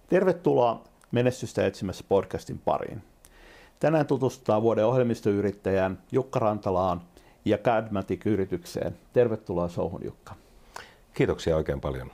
Tervetuloa Menestystä etsimässä podcastin pariin. Tänään tutustutaan vuoden ohjelmistoyrittäjään Jukka Rantalaan ja Cadmatic-yritykseen. Tervetuloa showhun, Jukka. Kiitoksia oikein paljon.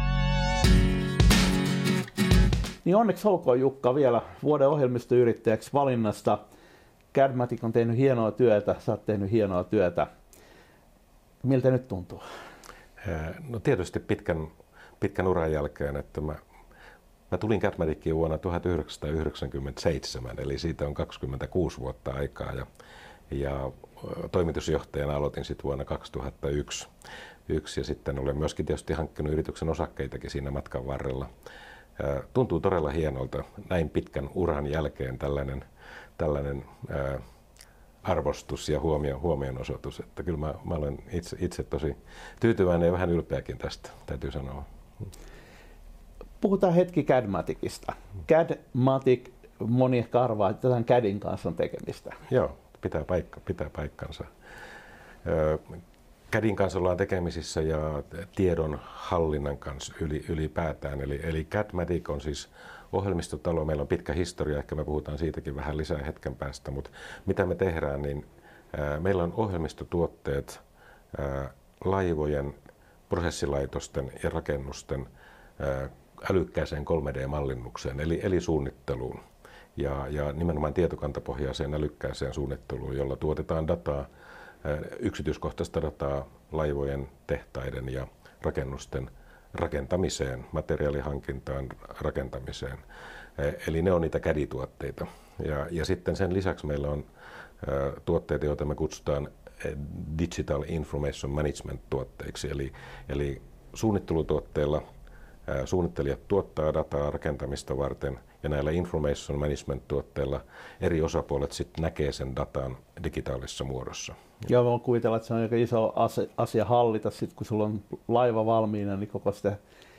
Niin onneksi olkoon, Jukka, vielä vuoden ohjelmistoyrittäjäksi valinnasta. Cadmatic on tehnyt hienoa työtä, sä oot tehnyt hienoa työtä. Miltä nyt tuntuu? No tietysti pitkän uran jälkeen, että mä tulin Cadmaticiin vuonna 1997, eli siitä on 26 vuotta aikaa ja toimitusjohtajana aloitin sitten vuonna 2001 ja sitten olen myöskin tietysti hankkinut yrityksen osakkeitakin siinä matkan varrella. Tuntuu todella hienolta näin pitkän uran jälkeen tällainen arvostus ja huomionosoitus, että kyllä mä olen itse tosi tyytyväinen ja vähän ylpeäkin tästä, täytyy sanoa. Puhutaan hetki Cadmaticista. Cadmatic, moni ehkä arvaa, että tämän CADin kanssa on tekemistä. Joo, pitää paikkansa. CADin kanssa ollaan tekemisissä ja tiedon hallinnan kanssa ylipäätään. Eli Cadmatic on siis ohjelmistotalo. Meillä on pitkä historia, ehkä me puhutaan siitäkin vähän lisää hetken päästä, mutta mitä me tehdään, niin meillä on ohjelmistotuotteet laivojen, prosessilaitosten ja rakennusten älykkääseen 3D-mallinnukseen, eli suunnitteluun ja nimenomaan tietokantapohjaiseen älykkääseen suunnitteluun, jolla tuotetaan dataa, yksityiskohtaista dataa laivojen, tehtaiden ja rakennusten rakentamiseen, materiaalihankintaan, rakentamiseen. Eli ne on niitä CAD-tuotteita. Ja sitten sen lisäksi meillä on tuotteita, joita me kutsutaan Digital Information Management-tuotteiksi. Eli suunnittelutuotteilla suunnittelijat tuottaa dataa rakentamista varten ja näillä Information Management-tuotteilla eri osapuolet sitten näkee sen datan digitaalisessa muodossa. Joo, voin kuvitella, että se on aika iso asia hallita, sit kun sulla on laiva valmiina, niin koko sitä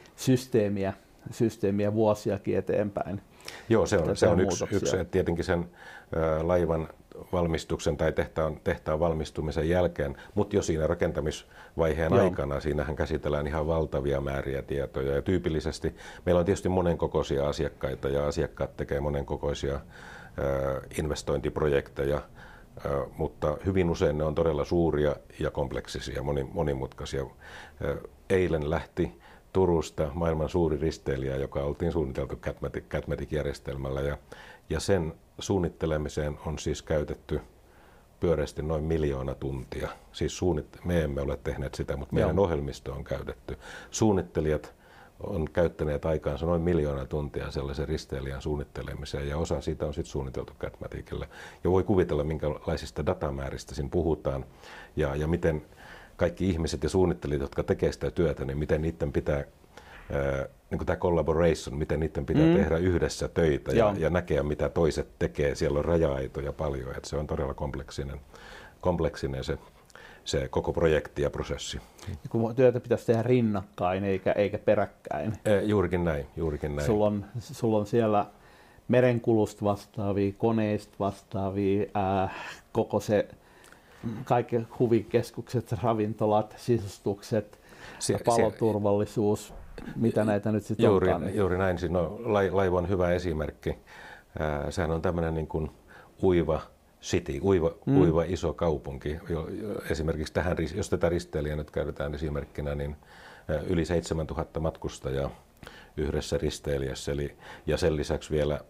systeemiä vuosiakin eteenpäin. Joo, se on yksi tietenkin sen laivan valmistuksen tai tehtaan valmistumisen jälkeen, mutta jo siinä rakentamisvaiheen aikana, siinähän käsitellään ihan valtavia määriä tietoja ja tyypillisesti meillä on tietysti monenkokoisia asiakkaita ja asiakkaat tekee monenkokoisia investointiprojekteja, mutta hyvin usein ne on todella suuria ja kompleksisia, monimutkaisia. Eilen lähti Turusta maailman suuri risteilijä, joka oltiin suunniteltu Cadmatic-järjestelmällä ja sen suunnittelemiseen on siis käytetty pyöreästi noin 1 000 000 tuntia. Siis me emme ole tehneet sitä, mutta meidän ohjelmisto on käytetty. Suunnittelijat on käyttäneet aikaansa noin 1 000 000 tuntia sellaisen risteilijän suunnittelemiseen ja osa siitä on sitten suunniteltu Cadmaticille. Ja voi kuvitella, minkälaisista datamääristä siinä puhutaan ja miten kaikki ihmiset ja suunnittelijat, jotka tekevät sitä työtä, niin miten niiden pitää, niin kuin tämä collaboration, miten niiden pitää tehdä yhdessä töitä ja näkeä, mitä toiset tekee. Siellä on raja-aitoja paljon, että se on todella kompleksinen se koko projekti ja prosessi. Ja kun työtä pitäisi tehdä rinnakkain eikä peräkkäin. Juurikin näin. Sulla on siellä merenkulusta vastaavia, koneista vastaavia, koko se kaikki huvikeskukset, ravintolat, sisustukset, paloturvallisuus, mitä näitä nyt sitten onkaan. Juuri näin. No, laiva on hyvä esimerkki. Sehän on tämmöinen niin kuin uiva city, uiva iso kaupunki. Esimerkiksi jos tätä risteilijää nyt käytetään esimerkkinä, niin yli 7000 matkustajaa yhdessä risteilijässä. Ja sen lisäksi vielä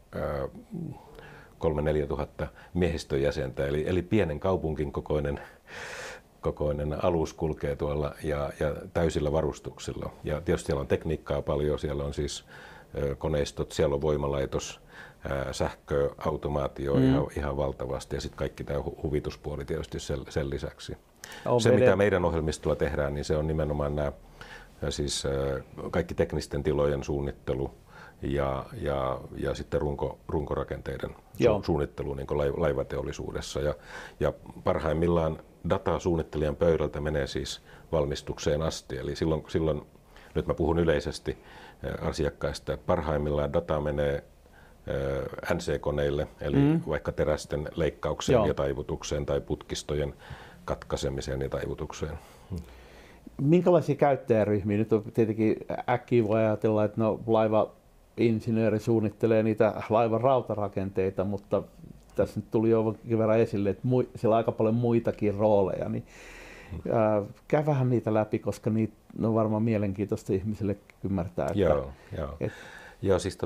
3-4 tuhatta miehistön jäsentä, eli pienen kaupunkin kokoinen alus kulkee tuolla ja täysillä varustuksilla. Ja tietysti siellä on tekniikkaa paljon, siellä on siis koneistot, siellä on voimalaitos, sähkö, automaatio ihan valtavasti ja sitten kaikki tämä huvituspuoli tietysti sen lisäksi. Mitä meidän ohjelmistolla tehdään, niin se on nimenomaan nämä siis kaikki teknisten tilojen suunnittelu, ja sitten runkorakenteiden suunnittelu niin kuin laivateollisuudessa. Ja parhaimmillaan data suunnittelijan pöydältä menee siis valmistukseen asti. Eli silloin nyt mä puhun yleisesti asiakkaista, että parhaimmillaan data menee NC-koneille, eli vaikka terästen leikkaukseen ja taivutukseen tai putkistojen katkaisemiseen ja taivutukseen. Minkälaisia käyttäjäryhmiä? Nyt on tietenkin äkkiä voi ajatella, että no, laiva insinööri suunnittelee niitä laivan rautarakenteita, mutta tässä nyt tuli jo jonkin verran esille, että siellä on aika paljon muitakin rooleja, niin käy vähän niitä läpi, koska niitä on varmaan mielenkiintoista ihmisille ymmärtää. Että, Joo, siis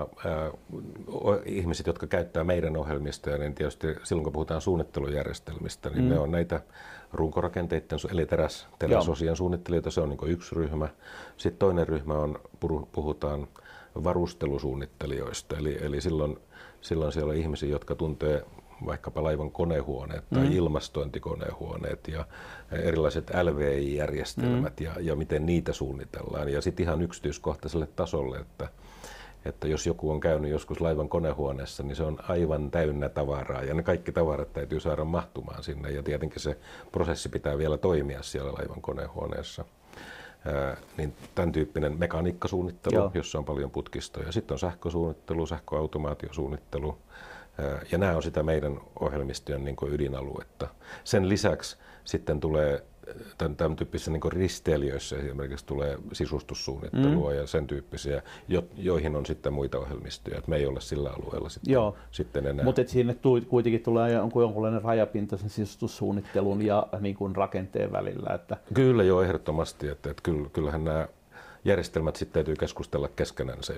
ihmiset, jotka käyttää meidän ohjelmistoja, niin tietysti silloin kun puhutaan suunnittelujärjestelmistä, niin ne on näitä runkorakenteiden, eli teräsosien suunnittelijoita, se on niin kuin yksi ryhmä. Sitten toinen ryhmä on, puhutaan varustelusuunnittelijoista, eli silloin siellä on ihmisiä, jotka tuntee vaikkapa laivan konehuoneet tai ilmastointikonehuoneet ja erilaiset LVI-järjestelmät ja miten niitä suunnitellaan. Ja sitten ihan yksityiskohtaiselle tasolle, että jos joku on käynyt joskus laivan konehuoneessa, niin se on aivan täynnä tavaraa ja ne kaikki tavarat täytyy saada mahtumaan sinne ja tietenkin se prosessi pitää vielä toimia siellä laivan konehuoneessa. Niin tämän tyyppinen mekaniikkasuunnittelu, jossa on paljon putkistoja. Sitten on sähkösuunnittelu, sähköautomaatiosuunnittelu. Ja nämä on sitä meidän ohjelmistojen niin kuin ydinaluetta. Sen lisäksi sitten tulee tämän tyyppisissä niin kuin risteilijöissä esimerkiksi tulee sisustussuunnittelua ja sen tyyppisiä, joihin on sitten muita ohjelmistoja. Että me ei ole sillä alueella sitten enää. Mutta sinne kuitenkin tulee jonkunlainen rajapinta sen sisustussuunnittelun ja niin kuin rakenteen välillä. Että... Kyllä joo, ehdottomasti. Että kyllähän nämä järjestelmät sitten täytyy keskustella keskenänsä,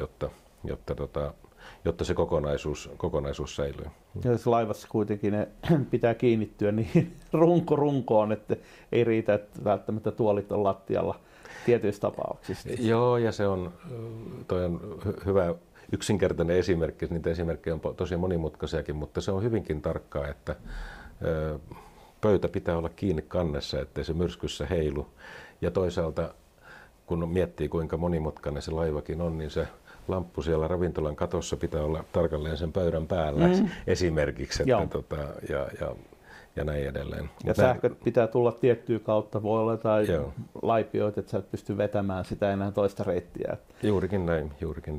jotta se kokonaisuus säilyy. Ja jos laivassa kuitenkin ne pitää kiinnittyä niin runkoon, että ei riitä, että välttämättä tuolit on lattialla tietyissä tapauksissa. Joo, ja toi on hyvä yksinkertainen esimerkki. Niitä esimerkkejä on tosi monimutkaisiakin, mutta se on hyvinkin tarkkaa, että pöytä pitää olla kiinni kannessa, ettei se myrskyssä heilu. Ja toisaalta, kun miettii kuinka monimutkainen se laivakin on, niin se lamppu siellä ravintolan katossa pitää olla tarkalleen sen pöydän päällä esimerkiksi ja näin edelleen. Ja sähköt pitää tulla tiettyä kautta, voi olla tai laipioita, että sä et pysty vetämään sitä enää toista reittiä. Juurikin näin.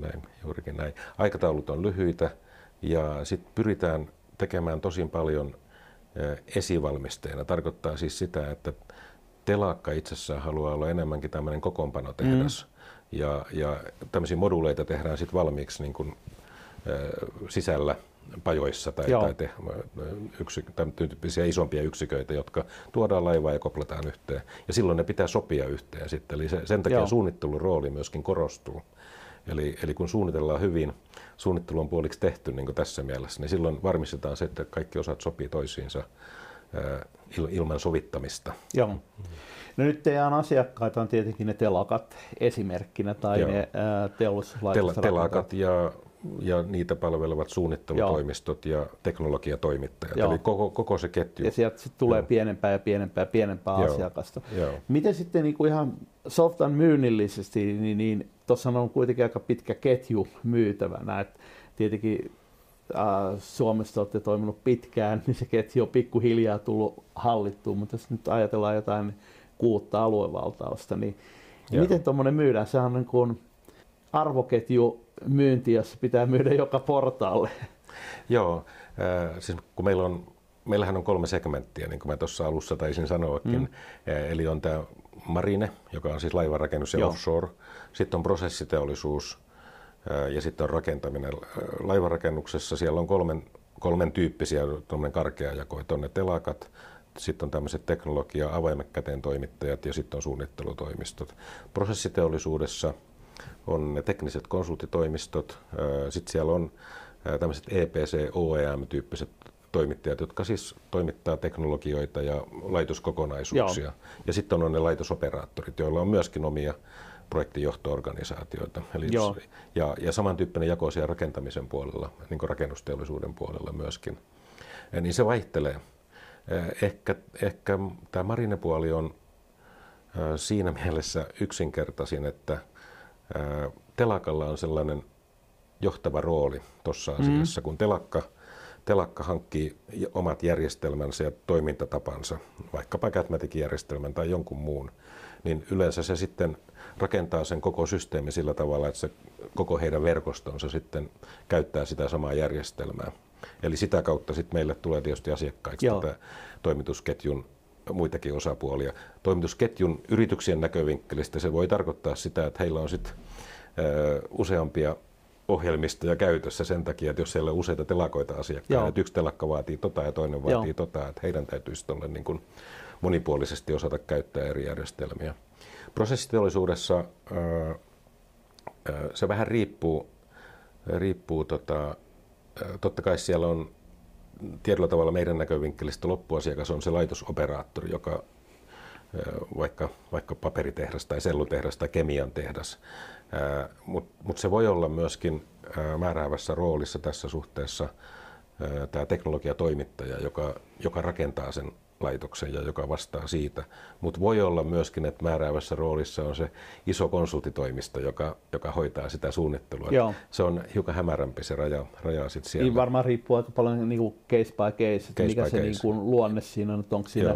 Aikataulut on lyhyitä ja sitten pyritään tekemään tosin paljon esivalmisteena. Tarkoittaa siis sitä, että telakka itsessään haluaa olla enemmänkin tämmöinen kokoonpanotehdas. Ja tämmöisiä moduuleita tehdään sitten valmiiksi niin kuin, sisällä pajoissa tai tämän tyyppisiä isompia yksiköitä, jotka tuodaan laivaan ja koplataan yhteen. Ja silloin ne pitää sopia yhteen sitten. Eli sen takia suunnittelun rooli myöskin korostuu. Eli kun suunnitellaan hyvin, suunnittelu on puoliksi tehty niin kuin tässä mielessä, niin silloin varmistetaan se, että kaikki osat sopii toisiinsa ilman sovittamista. Joo. No nyt teidän asiakkaita on tietenkin ne telakat esimerkkinä tai ne teollisuuslaitosten telakat ja niitä palvelevat suunnittelutoimistot ja teknologiatoimittajat, eli koko se ketju. Ja sieltä sitten tulee pienempää asiakasta. Miten sitten niin kuin ihan softan myynnillisesti, niin tuossa on kuitenkin aika pitkä ketju myytävänä. Et tietenkin Suomessa olette toiminut pitkään, niin se ketju on pikkuhiljaa tullut hallittuun, mutta jos nyt ajatellaan jotain kuutta aluevaltausta, niin miten tuommoinen myydään? Sehän on niin kuin arvoketju myynti, jossa pitää myydä joka portaalle. Joo, siis kun meillähän on 3 segmenttiä, niin kuin mä tuossa alussa taisin sanoakin. Eli on tämä marine, joka on siis laivanrakennus ja offshore. Sitten on prosessiteollisuus ja sitten on rakentaminen. Laivanrakennuksessa siellä on kolmen tyyppisiä karkea jako, että on ne telakat, sitten on tämmöiset avaimet käteen toimittajat ja sitten on suunnittelutoimistot. Prosessiteollisuudessa on ne tekniset konsulttitoimistot, sitten siellä on tämmöiset EPC, OEM-tyyppiset toimittajat, jotka siis toimittaa teknologioita ja laitoskokonaisuuksia. Ja sitten on ne laitosoperaattorit, joilla on myöskin omia projektinjohto-organisaatioita. Eli ja samantyyppinen jako siellä rakentamisen puolella, niin kuin rakennusteollisuuden puolella myöskin. Niin se vaihtelee. Ehkä tämä marinepuoli on siinä mielessä yksinkertaisin, että telakalla on sellainen johtava rooli tuossa asiassa, kun telakka hankkii omat järjestelmänsä ja toimintatapansa, vaikkapa Catmatic-järjestelmän tai jonkun muun, niin yleensä se sitten rakentaa sen koko systeemi sillä tavalla, että se koko heidän verkostonsa sitten käyttää sitä samaa järjestelmää. Eli sitä kautta sitten meille tulee tietysti asiakkaiksi tätä toimitusketjun muitakin osapuolia. Toimitusketjun yrityksien näkövinkkelistä se voi tarkoittaa sitä, että heillä on sitten useampia ohjelmistoja käytössä sen takia, että jos siellä on useita telakoita asiakkaita, että yksi telakka vaatii ja toinen vaatii että heidän täytyisi olla niin kuin monipuolisesti osata käyttää eri järjestelmiä. Prosessiteollisuudessa se vähän riippuu totta kai siellä on tietyllä tavalla meidän näkövinkkelistä loppuasiakas on se laitosoperaattori, joka vaikka paperitehdas tai sellutehdas tai kemian tehdas, mutta se voi olla myöskin määräävässä roolissa tässä suhteessa tämä teknologiatoimittaja, joka rakentaa sen laitoksen ja joka vastaa siitä, mutta voi olla myöskin, että määräävässä roolissa on se iso konsultitoimisto, joka hoitaa sitä suunnittelua. Se on hiukan hämärämpi se raja sitten siellä. Niin varmaan riippuu aika paljon niin kuin case by case, että mikä se niin kuin luonne siinä on, että onko siinä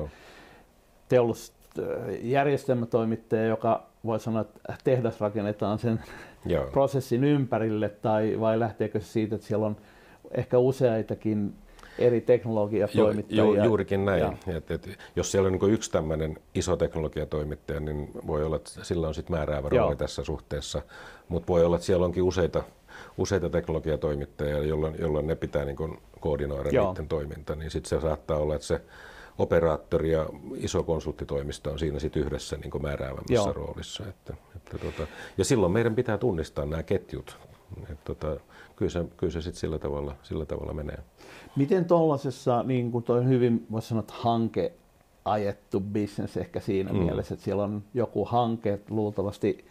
järjestelmätoimittaja, joka voi sanoa, että tehdas rakennetaan sen prosessin ympärille, vai lähteekö se siitä, että siellä on ehkä useitakin eri teknologiatoimittajia. Juurikin näin. Jos siellä on niin yksi tämmöinen iso teknologiatoimittaja, niin voi olla, että sillä on sitten määräävä rooli tässä suhteessa. Mutta voi olla, että siellä onkin useita teknologiatoimittajia, jolloin ne pitää niin kuin koordinoida niiden toiminta. Niin sitten se saattaa olla, että se operaattori ja iso konsulttitoimisto on siinä sitten yhdessä niin kuin määräävämmässä roolissa. Ja silloin meidän pitää tunnistaa nämä ketjut. Kyllä se sitten sillä tavalla menee. Miten tuollaisessa, niin kuin toi hyvin voisi sanoa, hanke ajettu business ehkä siinä mielessä, että siellä on joku hanke, luultavasti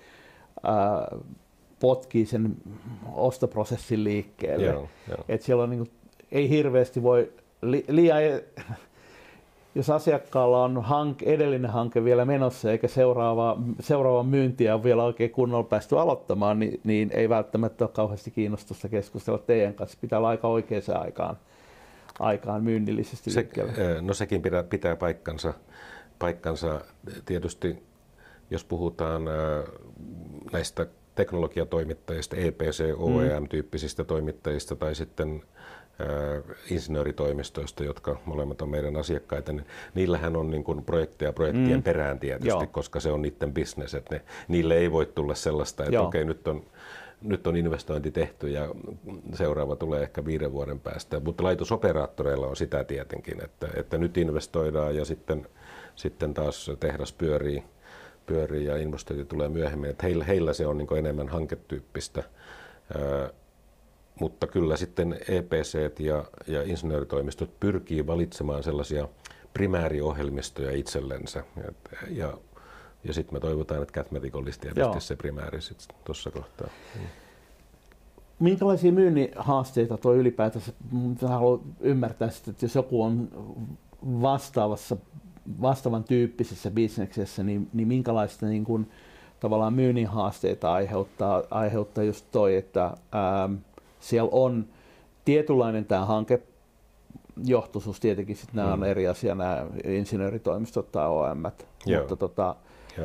potkii sen ostoprosessin liikkeelle. Että siellä on, niin kuin, ei hirveästi voi liian, jos asiakkaalla on edellinen hanke vielä menossa eikä seuraava myyntiä on vielä oikein kunnolla päästy aloittamaan, niin ei välttämättä ole kauheasti kiinnostusta keskustella teidän kanssa. Pitää olla aika oikeaan aikaan myynnillisesti liikkeelle. No sekin pitää paikkansa. Tietysti jos puhutaan näistä teknologiatoimittajista, EPC, OEM-tyyppisistä toimittajista tai sitten insinööritoimistoista, jotka molemmat on meidän asiakkaita, niin niillähän on niin kuin projektien perään tietysti, koska se on niiden business. Että niille ei voi tulla sellaista, että okei, nyt on investointi tehty ja seuraava tulee ehkä 5 vuoden päästä. Mutta laitosoperaattoreilla on sitä tietenkin, että nyt investoidaan ja sitten taas tehdas pyörii ja investointi tulee myöhemmin. Että heillä se on niin kuin enemmän hanketyyppistä. Mutta kyllä sitten EPCt ja insinööritoimistot pyrkii valitsemaan sellaisia primääriohjelmistoja itsellensä. Ja sitten me toivotaan, että Catmatic olisi tietysti se primääri tuossa kohtaa. Minkälaisia myynnin haasteita tuo ylipäätänsä? Haluan ymmärtää sitä, että jos joku on vastaavan tyyppisessä bisneksessä, niin minkälaista niin kuin, tavallaan myynnin haasteita aiheuttaa just toi, että siellä on tietynlainen tämä hankejohtoisuus, tietenkin sitten nämä on eri asia, nämä insinööritoimistot tai OEM:t, mutta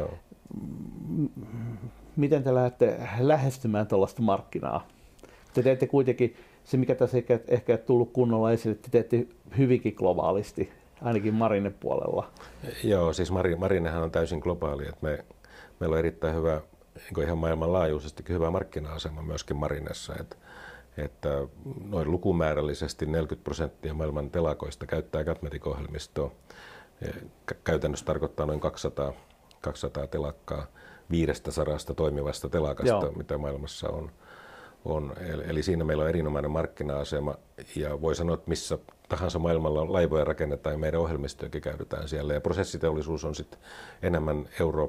miten te lähdette lähestymään tuollaista markkinaa? Te teette kuitenkin, se mikä tässä ehkä ei tullut kunnolla esille, te teette hyvinkin globaalisti, ainakin Marinen puolella. Joo, siis Marinehan on täysin globaali, että meillä on erittäin hyvä, niin ihan maailmanlaajuisestikin hyvä markkina-asema myöskin Marinessa, että noin lukumäärällisesti 40% maailman telakoista käyttää Catmatic-ohjelmistoa. Käytännössä tarkoittaa noin 200 telakkaa 500 toimivasta telakasta, mitä maailmassa on. Eli siinä meillä on erinomainen markkina-asema ja voi sanoa, että missä tahansa maailmalla laivoja rakennetaan ja meidän ohjelmistojakin käytetään siellä. Ja prosessiteollisuus on sitten enemmän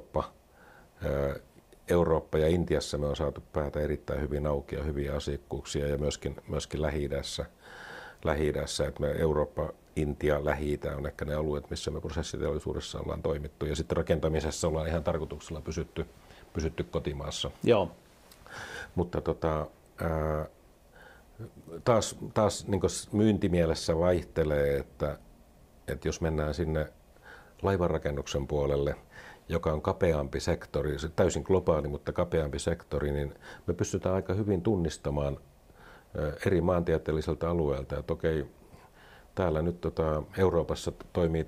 Eurooppa ja Intiassa me on saatu päätä erittäin hyvin auki ja hyviä asiakkuuksia ja myöskin Lähi-idässä, että me Eurooppa, Intia, Lähi-itä on ehkä ne alueet, missä me prosessiteollisuudessa ollaan toimittu ja sitten rakentamisessa ollaan ihan tarkoituksella pysytty kotimaassa. Joo. Mutta taas niin kuin myyntimielessä vaihtelee, että jos mennään sinne laivanrakennuksen puolelle, joka on kapeampi sektori, se täysin globaali, mutta kapeampi sektori, niin me pystytään aika hyvin tunnistamaan eri maantieteelliseltä alueelta. Että okei, täällä nyt Euroopassa toimii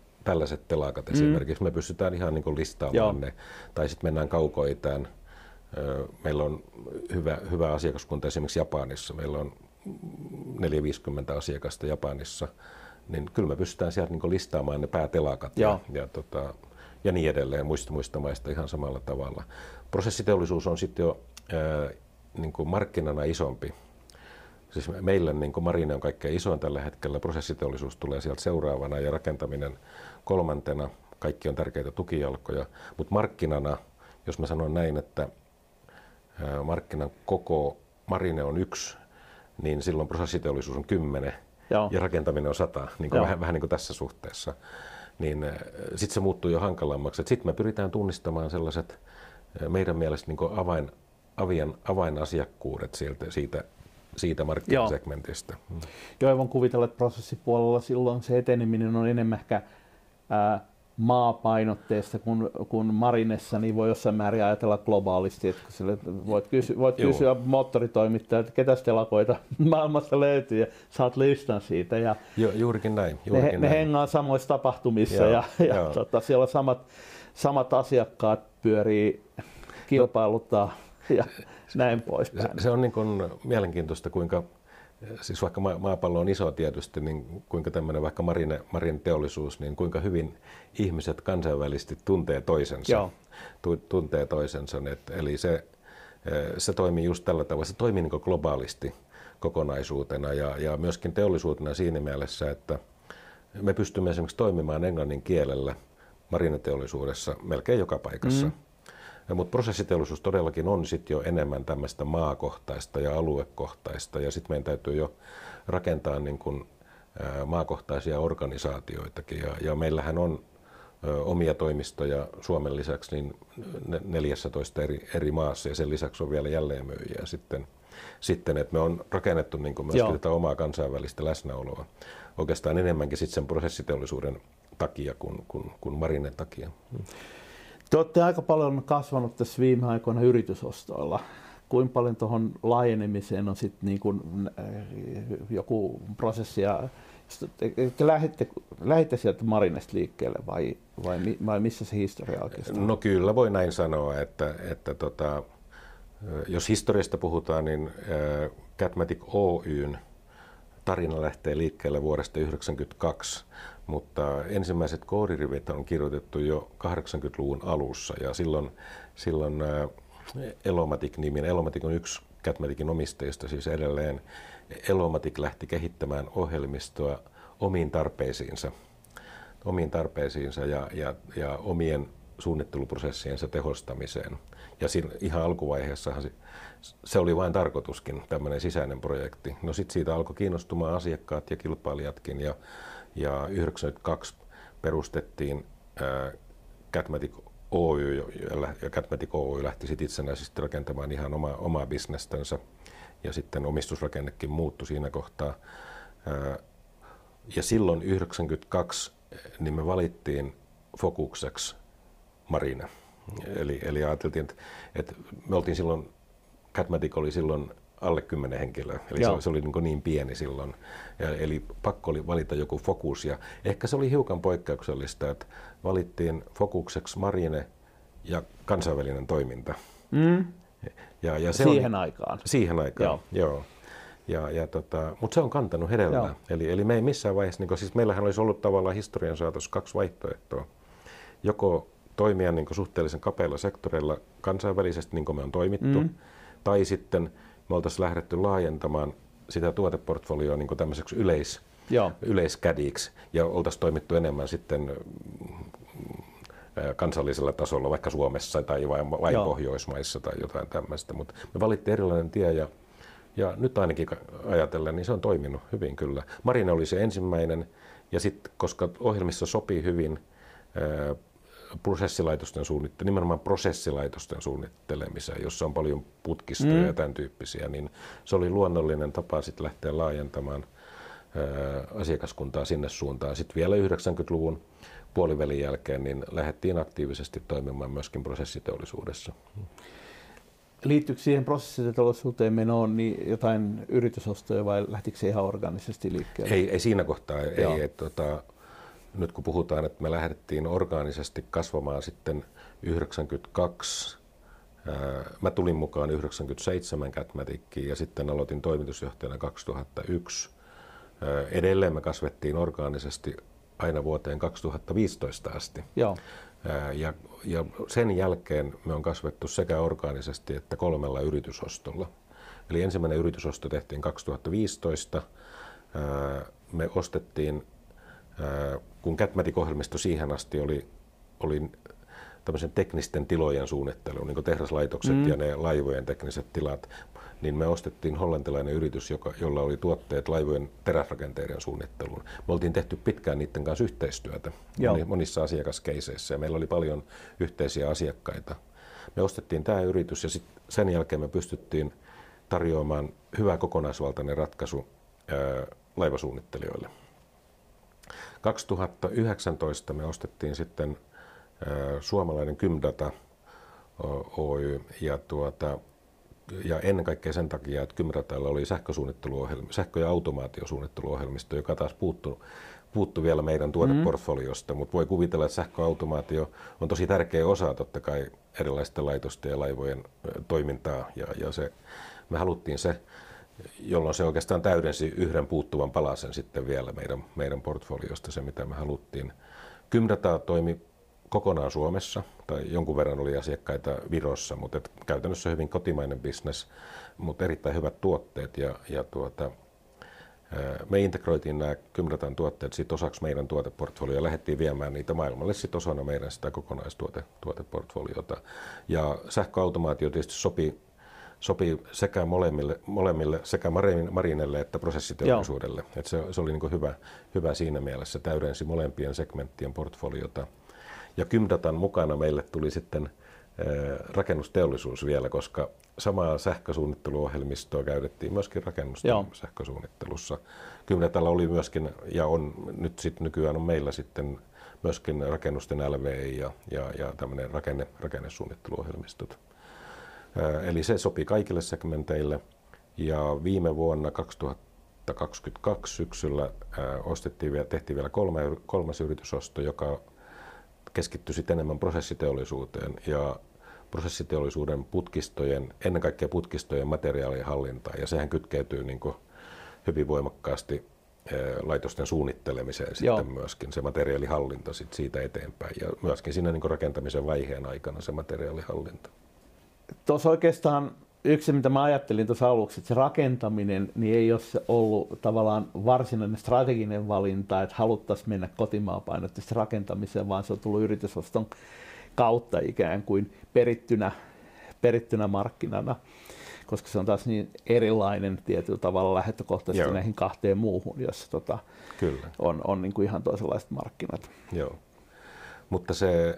tällaiset telakat esimerkiksi. Me pystytään ihan niin kuin listaamaan ne. Tai sitten mennään kaukoitään. Meillä on hyvä asiakaskunta esimerkiksi Japanissa. Meillä on 450 asiakasta Japanissa. Niin kyllä me pystytään sieltä niin listaamaan ne päätelakat ja niin edelleen muista maista ihan samalla tavalla. Prosessiteollisuus on sitten jo niin markkinana isompi. Siis meillä niin Marine on kaikkein isoin tällä hetkellä, prosessiteollisuus tulee sieltä seuraavana ja rakentaminen kolmantena. Kaikki on tärkeitä tukijalkoja, mutta markkinana, jos mä sanon näin, että markkinan koko Marine on 1, niin silloin prosessiteollisuus on 10 ja rakentaminen on 100, niin vähän niin kuin tässä suhteessa. Niin sitten se muuttuu jo hankalammaksi. Sitten me pyritään tunnistamaan sellaiset meidän mielestä niin avainasiakkuudet siitä markkinasegmentistä. Joo, voin kuvitella, että prosessipuolella silloin se eteneminen on enemmän ehkä maapainotteista kuin Marinessa, niin voi jossain määrin ajatella globaalisti, että voit kysyä moottoritoimittajalta, että ketäs telakoita maailmassa löytyy ja saat listan siitä. Ja juurikin näin. Ne hengaa samoissa tapahtumissa ja siellä samat asiakkaat pyörii, kilpailuttaa ja näin poispäin. Se on niin kuin mielenkiintoista, kuinka siis vaikka maapallo on iso tietysti, niin kuinka tämmöinen vaikka Marine teollisuus, niin kuinka hyvin ihmiset kansainvälisesti tuntee toisensa. Eli se toimii just tällä tavalla. Se toimii niin kuin globaalisti kokonaisuutena ja myöskin teollisuutena siinä mielessä, että me pystymme esimerkiksi toimimaan englannin kielellä marineteollisuudessa melkein joka paikassa. Mutta prosessiteollisuus todellakin on sit jo enemmän tämmöistä maakohtaista ja aluekohtaista ja sitten meidän täytyy jo rakentaa niin kun, maakohtaisia organisaatioitakin ja meillähän on omia toimistoja Suomen lisäksi niin 14 eri maassa ja sen lisäksi on vielä jälleenmyyjiä sitten että me on rakennettu niin kun myöskin tätä omaa kansainvälistä läsnäoloa oikeastaan enemmänkin sitten sen prosessiteollisuuden takia kuin Marinen takia. Te olette aika paljon kasvanut tässä viime aikoina yritysostoilla. Kuinka paljon tuohon laajenemiseen on sitten niin kuin joku prosessi? Lähditte sieltä Marinesta liikkeelle vai missä se historia oikeastaan? No kyllä voi näin sanoa, että jos historiasta puhutaan, niin Catmatic Oyn tarina lähtee liikkeelle vuodesta 1992. Mutta ensimmäiset koodirivit on kirjoitettu jo 80-luvun alussa ja silloin Elomatic-niminen, Elomatic on yksi Catmaticin omistajista, siis edelleen Elomatic lähti kehittämään ohjelmistoa omiin tarpeisiinsa ja omien suunnitteluprosessiensa tehostamiseen. Ja siinä ihan alkuvaiheessahan se oli vain tarkoituskin, tämmöinen sisäinen projekti. No sitten siitä alkoi kiinnostumaan asiakkaat ja kilpailijatkin ja 1992 perustettiin Catmatic Oy ja Catmatic Oy lähti sitten itsenäisesti rakentamaan ihan omaa bisnestänsä ja sitten omistusrakennekin muuttui siinä kohtaa. Ja silloin 1992 niin me valittiin fokukseksi Marine. Eli ajateltiin, että me oltiin silloin, Catmatic oli silloin alle 10 henkilöä, eli se oli niin pieni silloin. Eli pakko oli valita joku fokus ja ehkä se oli hiukan poikkeuksellista, että valittiin fokukseksi Marine ja kansainvälinen toiminta. Ja se siihen aikaan? Siihen aikaan, joo. Mutta se on kantanut hedelmää. Eli me ei missään vaiheessa, niin siis meillähän olisi ollut tavallaan historian saatossa 2 vaihtoehtoa. Joko toimia niin suhteellisen kapeilla sektoreilla kansainvälisesti, niin kuin me on toimittu, tai sitten me oltaisiin lähdetty laajentamaan sitä tuoteportfolioa niin tämmöiseksi yleiskädiksi ja oltaisiin toimittu enemmän sitten kansallisella tasolla, vaikka Suomessa tai vain Pohjoismaissa tai jotain tämmöistä. Mutta me valittiin erilainen tie ja nyt ainakin ajatellen, niin se on toiminut hyvin kyllä. Marine oli se ensimmäinen ja sitten, koska ohjelmissa sopii hyvin nimenomaan prosessilaitosten suunnittelemiseen, jossa on paljon putkistoja ja tämän tyyppisiä, niin se oli luonnollinen tapa sitten lähteä laajentamaan asiakaskuntaa sinne suuntaan. Sitten vielä 90-luvun puolivälin jälkeen niin lähdettiin aktiivisesti toimimaan myöskin prosessiteollisuudessa. Liittyykö siihen prosessiteollisuuteen menoon niin jotain yritysostoja vai lähtikö se ihan organisesti liikkeelle? Ei siinä kohtaa. Nyt kun puhutaan, että me lähdettiin orgaanisesti kasvamaan sitten 92 Mä tulin mukaan 1997 Catmatickiin ja sitten aloitin toimitusjohtajana 2001. Edelleen me kasvettiin orgaanisesti aina vuoteen 2015 asti. Joo. Ja sen jälkeen me on kasvettu sekä orgaanisesti että 3 yritysostolla. Eli ensimmäinen yritysosto tehtiin 2015. Me ostettiin, kun Catmatic-ohjelmisto siihen asti oli tämmöisen teknisten tilojen suunnittelu, niin kuin tehdaslaitokset ja ne laivojen tekniset tilat, niin me ostettiin hollantilainen yritys, jolla oli tuotteet laivojen teräsrakenteiden suunnitteluun. Me oltiin tehty pitkään niiden kanssa yhteistyötä monissa asiakaskeiseissä ja meillä oli paljon yhteisiä asiakkaita. Me ostettiin tämä yritys ja sen jälkeen me pystyttiin tarjoamaan hyvä kokonaisvaltainen ratkaisu laivasuunnittelijoille. 2019 me ostettiin sitten suomalainen Kymdata Oy ja ennen kaikkea sen takia, että Kymdatalla oli sähkö- ja automaatiosuunnitteluohjelmisto, joka taas puuttui vielä meidän tuoteportfoliosta, mutta voi kuvitella, että sähköautomaatio on tosi tärkeä osa totta kai erilaisten laitosten ja laivojen toimintaa ja me haluttiin se, jolloin se oikeastaan täydensi yhden puuttuvan palasen sitten vielä meidän portfoliosta, se mitä me haluttiin. Kymdata toimi kokonaan Suomessa, tai jonkun verran oli asiakkaita Virossa, mutta käytännössä hyvin kotimainen business, mutta erittäin hyvät tuotteet. Me integroitiin nämä Kymdatan tuotteet sit osaksi meidän tuoteportfolioa ja lähdettiin viemään niitä maailmalle sit osana meidän sitä kokonaistuoteportfoliota. Ja sähköautomaatio tietysti sopii sekä molemmille sekä marinelle että prosessiteollisuudelle. Et se oli niinku hyvä siinä mielessä, täydensi molempien segmenttien portfoliota. Ja Kymdatan mukana meille tuli sitten rakennusteollisuus vielä, koska samaa sähkösuunnitteluohjelmistoa käytettiin myöskin rakennusten sähkösuunnittelussa. Kymdatalla oli myöskin, ja on nyt sitten nykyään on meillä sitten myöskin rakennusten LVI ja tämmöinen rakennesuunnitteluohjelmistot. Eli se sopi kaikille segmenteille ja viime vuonna 2022 syksyllä tehtiin vielä kolmas yritysosto, joka keskittyi sitten enemmän prosessiteollisuuteen ja prosessiteollisuuden putkistojen, ennen kaikkea putkistojen materiaalien hallintaan. Ja sehän kytkeytyy niin kuin hyvin voimakkaasti laitosten suunnittelemiseen sitten myöskin, se materiaalihallinta sitten siitä eteenpäin. Ja myöskin siinä niin kuin rakentamisen vaiheen aikana se materiaalihallinta. Tuossa oikeastaan yksi, mitä mä ajattelin tuossa aluksi, että se rakentaminen niin ei ole ollut tavallaan varsinainen strateginen valinta, että haluttaisiin mennä kotimaapainotteisesti rakentamiseen, vaan se on tullut yritysoston kautta ikään kuin perittynä markkinana, koska se on taas niin erilainen tietyllä tavalla lähtökohtaisesti näihin kahteen muuhun, jossa Kyllä. on niin kuin ihan toisenlaiset markkinat. Joo, mutta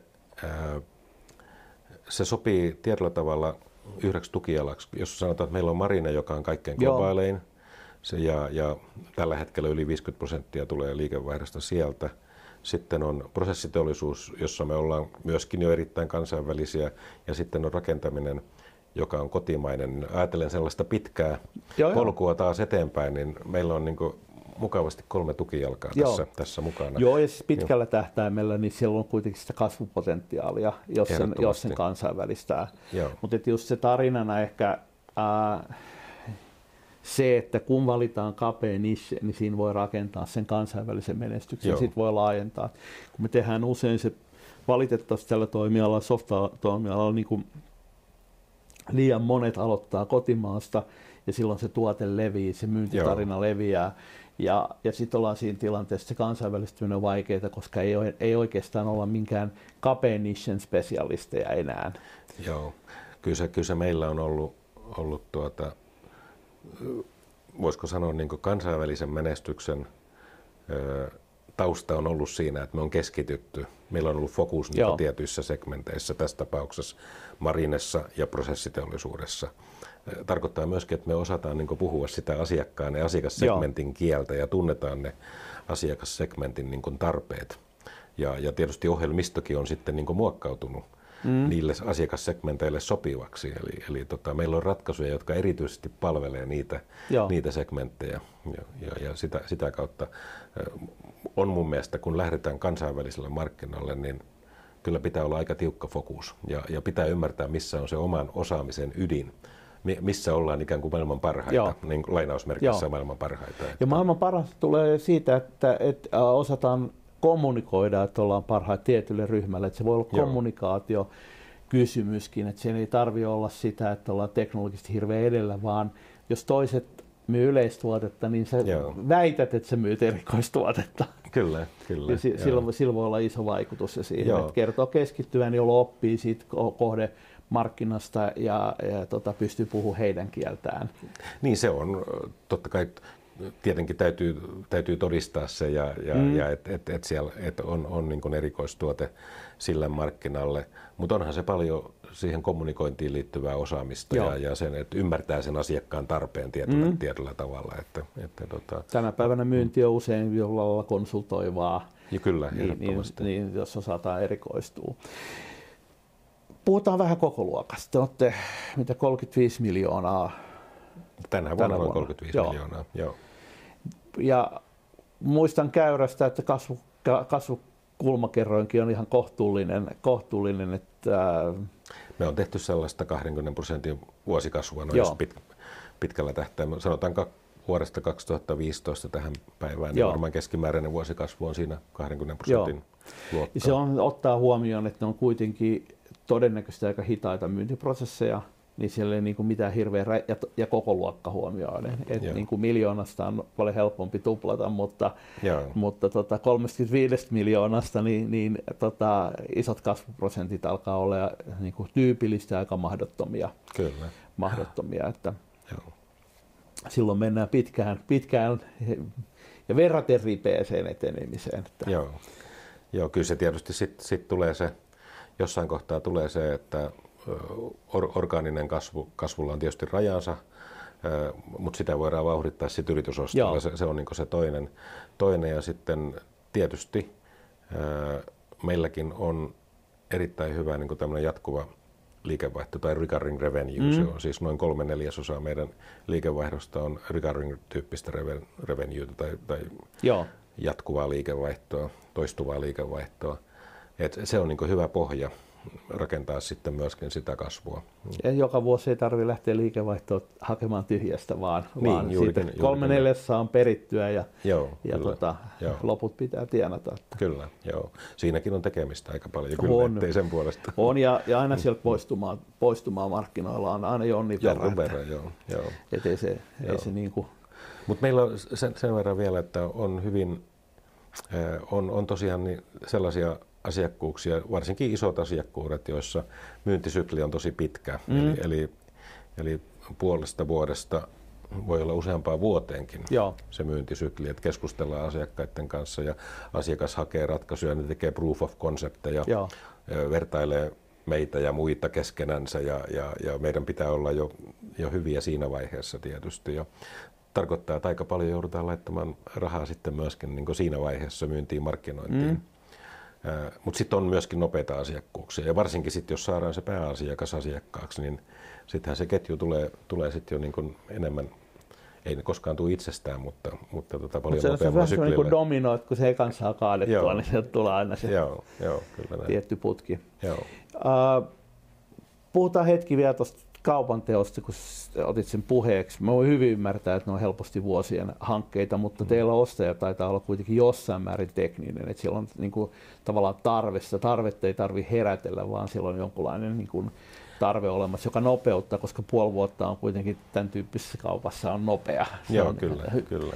se sopii tietyllä tavalla yhdeksi tukialaksi. Jos sanotaan, että meillä on Marine, joka on kaikkein globaalein, ja tällä hetkellä yli 50% tulee liikevaihdosta sieltä. Sitten on prosessiteollisuus, jossa me ollaan myöskin jo erittäin kansainvälisiä, ja sitten on rakentaminen, joka on kotimainen. Ajattelen sellaista pitkää polkua taas eteenpäin, niin meillä on niin kuin mukavasti 3 tukijalkaa tässä mukana. Joo, ja siis pitkällä tähtäimellä niin siellä on kuitenkin sitä kasvupotentiaalia, jos sen kansainvälistää. Mutta just se tarinana ehkä se, että kun valitaan kapea niche, niin siinä voi rakentaa sen kansainvälisen menestyksen, ja sitten voi laajentaa. Kun me tehdään usein se valitettavasti tällä toimialalla, software-toimialalla, niin kuin liian monet aloittaa kotimaasta, ja silloin se tuote leviää, se myyntitarina leviää. Ja sitten ollaan siinä tilanteessa, että se kansainvälistyminen on vaikeaa, koska ei oikeastaan olla minkään kapea nichen spesialisteja enää. Joo, kyllä se meillä on ollut voisiko sanoa niin kuin kansainvälisen menestyksen tausta on ollut siinä, että me on keskitytty. Meillä on ollut fokus niin tietyissä segmenteissä, tässä tapauksessa marinessa ja prosessiteollisuudessa. Tarkoittaa myöskin, että me osataan niin kuin puhua sitä asiakkaan ja asiakassegmentin kieltä ja tunnetaan ne asiakassegmentin niin kuin tarpeet. Ja tietysti ohjelmistokin on sitten niin kuin muokkautunut niille asiakassegmenteille sopivaksi. Eli meillä on ratkaisuja, jotka erityisesti palvelee niitä segmenttejä. Ja sitä kautta on mun mielestä, kun lähdetään kansainväliselle markkinalle, niin kyllä pitää olla aika tiukka fokus ja pitää ymmärtää, missä on se oman osaamisen ydin. Missä ollaan ikään kuin maailman parhaita, niin lainausmerkissä maailman parhaita. Ja maailman parhaita tulee siitä, että osataan kommunikoida, että ollaan parhaita tietylle ryhmälle. Että se voi olla kommunikaatiokysymyskin, että siellä ei tarvitse olla sitä, että ollaan teknologisesti hirveän edellä, vaan jos toiset myy yleistuotetta, niin sä väität, että sä myyt erikoistuotetta. Kyllä. Ja silloin voi olla iso vaikutus ja siihen, että kertoo keskittyvän, jolloin oppii siitä kohdemarkkinasta ja pystyy puhumaan heidän kieltään. Niin se on. Totta kai tietenkin täytyy todistaa se, ja että on niin kuin erikoistuote sille markkinalle, mutta onhan se paljon siihen kommunikointiin liittyvää osaamista ja sen, että ymmärtää sen asiakkaan tarpeen tietyllä tavalla. Tänä päivänä myynti on usein jollain konsultoivaa, ja kyllä, niin jos osataan erikoistua. Puhutaan vähän kokoluokasta. Te olette mitä 35 miljoonaa. Tänä vuonna noin 35 miljoonaa. Joo. Ja muistan käyrästä, että kasvukulmakerroinkin on ihan kohtuullinen, että me on tehty sellaista 20% vuosikasvua noin pitkällä tähtäimellä. Sanotaan vuodesta 2015 tähän päivään, niin varmaan keskimääräinen vuosikasvu on siinä 20% luokkaa. Se on ottaa huomioon, että ne on kuitenkin todennäköisesti aika hitaita myyntiprosesseja, niin siellä ei niin mitään hirveä ja koko luokka huomioiden. Niin kuin miljoonasta on paljon helpompi tuplata, mutta 35 miljoonasta niin isot kasvuprosentit alkaa olla niin kuin tyypillistä aika mahdottomia. Kyllä. Että silloin mennään pitkään ja verraten ripeäseen etenemiseen. Joo, kyllä se tietysti sit tulee se, jossain kohtaa tulee se, että orgaaninen kasvulla on tietysti rajansa, mutta sitä voidaan vauhdittaa sit yritysostolla. Se on niin se toinen. Ja sitten tietysti meilläkin on erittäin hyvä niin tämmöinen jatkuva liikevaihto tai recurring revenue. Se on siis noin 3/4 meidän liikevaihdosta on recurring-tyyppistä revenueta tai jatkuvaa liikevaihtoa, toistuvaa liikevaihtoa. Et se on niin hyvä pohja rakentaa sitten myöskin sitä kasvua. Ja joka vuosi ei tarvitse lähteä liikevaihtoa hakemaan tyhjästä, vaan sitten 3/4 on perittyä ja loput pitää tienata. Kyllä, joo. Siinäkin on tekemistä aika paljon, ettei sen puolesta. On, ja aina sieltä poistumaan markkinoilla on aina jonnin verran. Joo. Et ei se niin kuin... Mutta meillä on sen verran vielä, että on hyvin, on tosiaan niin sellaisia asiakkuuksia, varsinkin isot asiakkuudet, joissa myyntisykli on tosi pitkä. Eli puolesta vuodesta voi olla useampaan vuoteenkin se myyntisykli, että keskustellaan asiakkaiden kanssa ja asiakas hakee ratkaisuja, ne tekee proof of concepteja, vertailee meitä ja muita keskenänsä ja meidän pitää olla jo hyviä siinä vaiheessa tietysti. Ja tarkoittaa, että aika paljon joudutaan laittamaan rahaa sitten myöskin niin kuin siinä vaiheessa myyntiin, markkinointiin. Mutta sitten on myöskin nopeita asiakkuuksia ja varsinkin sitten jos saadaan se pääasiakas asiakkaaksi, niin sittenhän se ketju tulee sitten jo niin kuin enemmän, ei ne koskaan tule itsestään, mutta paljon nopeammalla syklillä. Se on vähän niin kuin domino, että kun se ekan saa kaadettua, niin sieltä tulee aina se kyllä tietty putki. Puhutaan hetki vielä tuosta kaupan teosta, kun otit sen puheeksi. Mä voin hyvin ymmärtää, että ne on helposti vuosien hankkeita, mutta teillä ostaja taitaa olla kuitenkin jossain määrin tekninen. Että siellä on niin kuin, tavallaan tarvetta ei tarvitse herätellä, vaan siellä on jonkunlainen niin kuin, tarve olemassa, joka nopeuttaa, koska puoli vuotta on kuitenkin tämän tyyppisessä kaupassa on nopea. Joo, kyllä.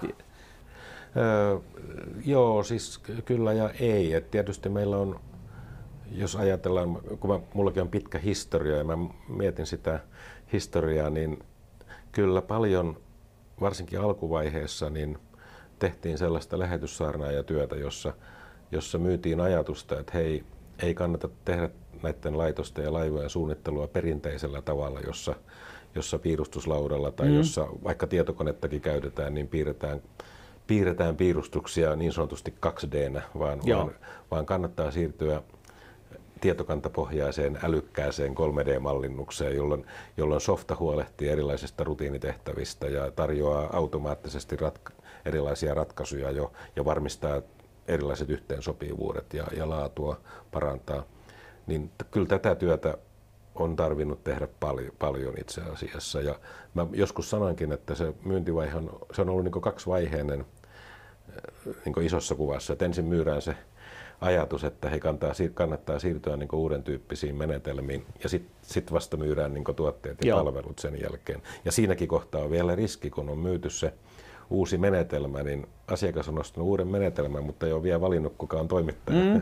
Siis kyllä ja ei. Et tietysti meillä on, jos ajatellaan, kun mullakin on pitkä historia ja mä mietin sitä historiaa, niin kyllä paljon, varsinkin alkuvaiheessa, niin tehtiin sellaista lähetyssaarnaajatyötä, jossa myytiin ajatusta, että hei, ei kannata tehdä näiden laitosten ja laivojen suunnittelua perinteisellä tavalla, jossa piirustuslaudalla tai jossa vaikka tietokonettakin käytetään, niin piirretään piirustuksia niin sanotusti 2D:nä, vaan kannattaa siirtyä tietokantapohjaiseen älykkääseen 3D-mallinnukseen, jolloin softa huolehtii erilaisista rutiinitehtävistä ja tarjoaa automaattisesti erilaisia ratkaisuja ja varmistaa erilaiset yhteensopivuudet ja laatua parantaa. Niin kyllä tätä työtä on tarvinnut tehdä paljon itse asiassa. Ja mä joskus sanoinkin, että se myyntivaihe on ollut niin kuin kaksivaiheinen niin kuin isossa kuvassa. Että ensin myydään se ajatus, että he kannattaa siirtyä niin kuin uuden tyyppisiin menetelmiin ja sitten vasta myydään niin kuin tuotteet ja palvelut sen jälkeen. Ja siinäkin kohtaa on vielä riski, kun on myyty se uusi menetelmä, niin asiakas on ostanut uuden menetelmän, mutta ei ole vielä valinnut kukaan toimittaja.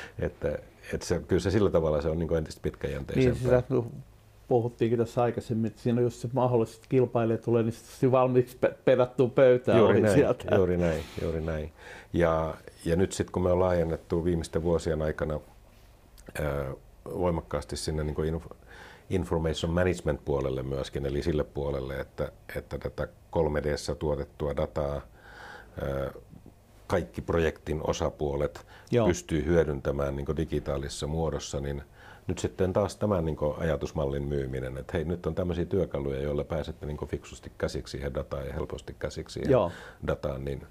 Kyllä se sillä tavalla se on niin entistä pitkäjänteisempää. Niin, puhuttiinkin tässä aikaisemmin, että siinä on just se mahdolliset kilpailijat tulee niin valmiiksi pedattua pöytään sieltä. Juuri näin. Ja nyt sitten kun me on laajennettu viimeisten vuosien aikana voimakkaasti sinne niin kuin information management puolelle myöskin, eli sille puolelle, että tätä 3D:ssä tuotettua dataa kaikki projektin osapuolet pystyy hyödyntämään niin kuin digitaalisessa muodossa, niin nyt sitten taas tämän niin kuin ajatusmallin myyminen, että hei, nyt on tämmöisiä työkaluja, joilla pääsette niin kuin fiksusti käsiksi siihen dataan ja helposti käsiksi siihen dataan, niin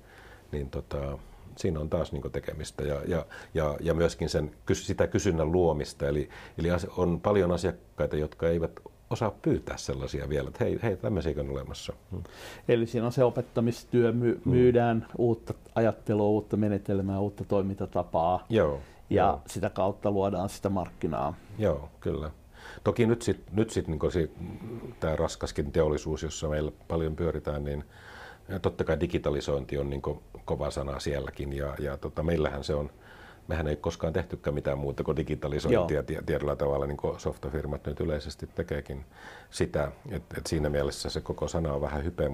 siinä on taas niin kuin tekemistä ja myöskin sitä kysynnän luomista, eli on paljon asiakkaita, jotka eivät osaa pyytää sellaisia vielä, että hei tämmöisiä on olemassa. Eli siinä on se opettamistyö, myydään uutta ajattelua, uutta menetelmää, uutta toimintatapaa. Ja sitä kautta luodaan sitä markkinaa. Joo, kyllä. Toki nyt sit niin tämä raskaskin teollisuus, jossa meillä paljon pyöritään, niin totta kai digitalisointi on niin kova sana sielläkin. Meillähän se on, mehän ei koskaan tehtykään mitään muuta kuin digitalisointia tietyllä tavalla, niin kuin softafirmat nyt yleisesti tekeekin sitä. Et siinä mielessä se koko sana on vähän hype,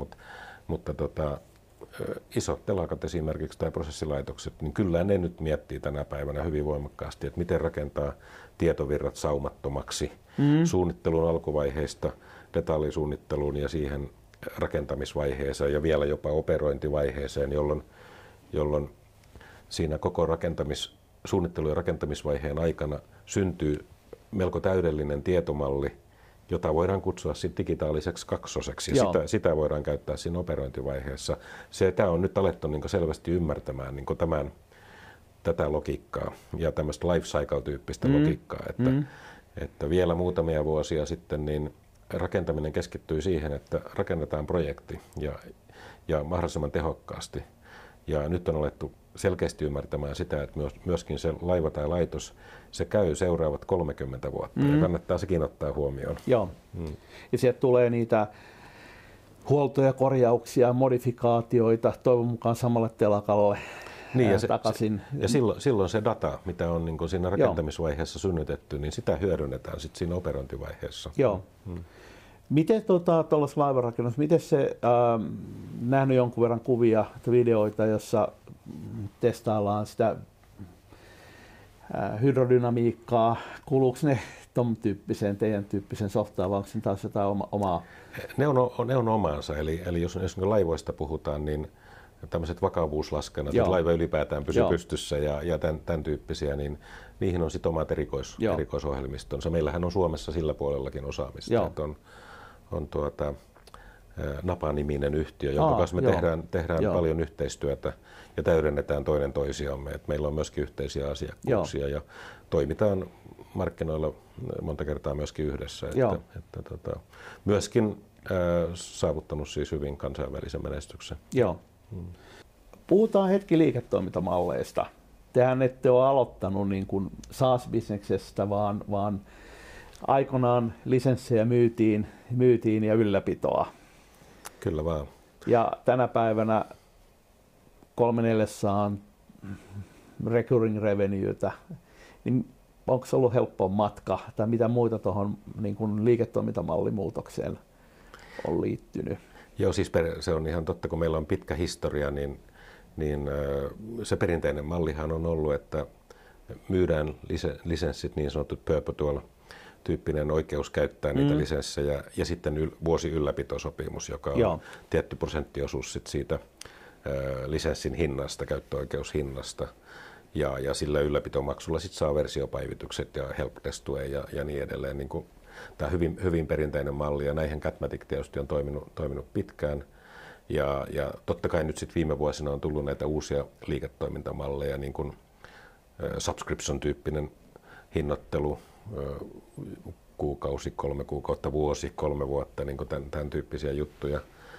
mutta isot telakat esimerkiksi tai prosessilaitokset, niin kyllä ne nyt miettii tänä päivänä hyvin voimakkaasti, että miten rakentaa tietovirrat saumattomaksi suunnittelun alkuvaiheesta detallisuunnitteluun ja siihen rakentamisvaiheeseen ja vielä jopa operointivaiheeseen, jolloin siinä koko suunnittelu- ja rakentamisvaiheen aikana syntyy melko täydellinen tietomalli, jota voidaan kutsua sitten digitaaliseksi kaksoseksi. Sitä voidaan käyttää siinä operointivaiheessa. Tämä on nyt alettu niin selvästi ymmärtämään niin tätä logiikkaa ja tämmöistä life cycle-tyyppistä logiikkaa, että vielä muutamia vuosia sitten niin rakentaminen keskittyy siihen, että rakennetaan projekti ja mahdollisimman tehokkaasti. Ja nyt on alettu selkeästi ymmärtämään sitä, että myöskin se laiva tai laitos, se käy seuraavat 30 vuotta ja kannattaa sekin ottaa huomioon. Joo. Ja sieltä tulee niitä huoltoja, korjauksia, modifikaatioita, toivon mukaan samalle telakalle takaisin. Ja silloin se data, mitä on niin siinä rakentamisvaiheessa synnytetty, niin sitä hyödynnetään sitten siinä operointivaiheessa. Joo. Miten tuollaisessa laivanrakennuksessa, miten se, nähnyt jonkun verran kuvia, videoita, jossa testaillaan sitä hydrodynamiikkaa, kuuluuko ne teidän tyyppisen softaan, vai onko se taas jotain omaa? Ne on omaansa, eli jos laivoista puhutaan, niin tämmöiset vakavuuslaskennat, että laiva ylipäätään pysyy pystyssä ja tämän tyyppisiä, niin niihin on sitten omat erikoisohjelmistonsa. Meillähän on Suomessa sillä puolellakin osaamista, että on Napa-niminen yhtiö, jonka kanssa me tehdään paljon yhteistyötä ja täydennetään toinen toisiamme. Et meillä on myöskin yhteisiä asiakkuuksia ja toimitaan markkinoilla monta kertaa myöskin yhdessä. Myöskin saavuttanut siis hyvin kansainvälisen menestyksen. Joo. Puhutaan hetki liiketoimintamalleista. Tehän ette ole aloittanut niin kuin SaaS-bisneksestä, vaan aikanaan lisenssejä myytiin ja ylläpitoa. Kyllä vaan. Ja tänä päivänä 3/4 on recurring revenuetä. Niin onko se ollut helppo matka tai mitä muita tuohon niin kuin liiketoimintamallimuutokseen on liittynyt? Joo, siis se on ihan totta, kun meillä on pitkä historia, niin se perinteinen mallihan on ollut, että myydään lisenssit, niin sanotut perpetual tyyppinen oikeus käyttää niitä lisenssejä ja sitten vuosi ylläpitosopimus, joka on tietty prosenttiosuus sit siitä lisenssin hinnasta, käyttöoikeushinnasta. Ja sillä ylläpitomaksulla sit saa versiopäivitykset ja helpdesk-tuen ja niin edelleen. Tämä hyvin perinteinen malli ja näihin Catmatic tietysti on toiminut pitkään. Ja totta kai nyt sitten viime vuosina on tullut näitä uusia liiketoimintamalleja, niin kuin subscription-tyyppinen hinnoittelu, kuukausi, 3 kuukautta, vuosi, 3 vuotta, niin kuin tämän tyyppisiä juttuja.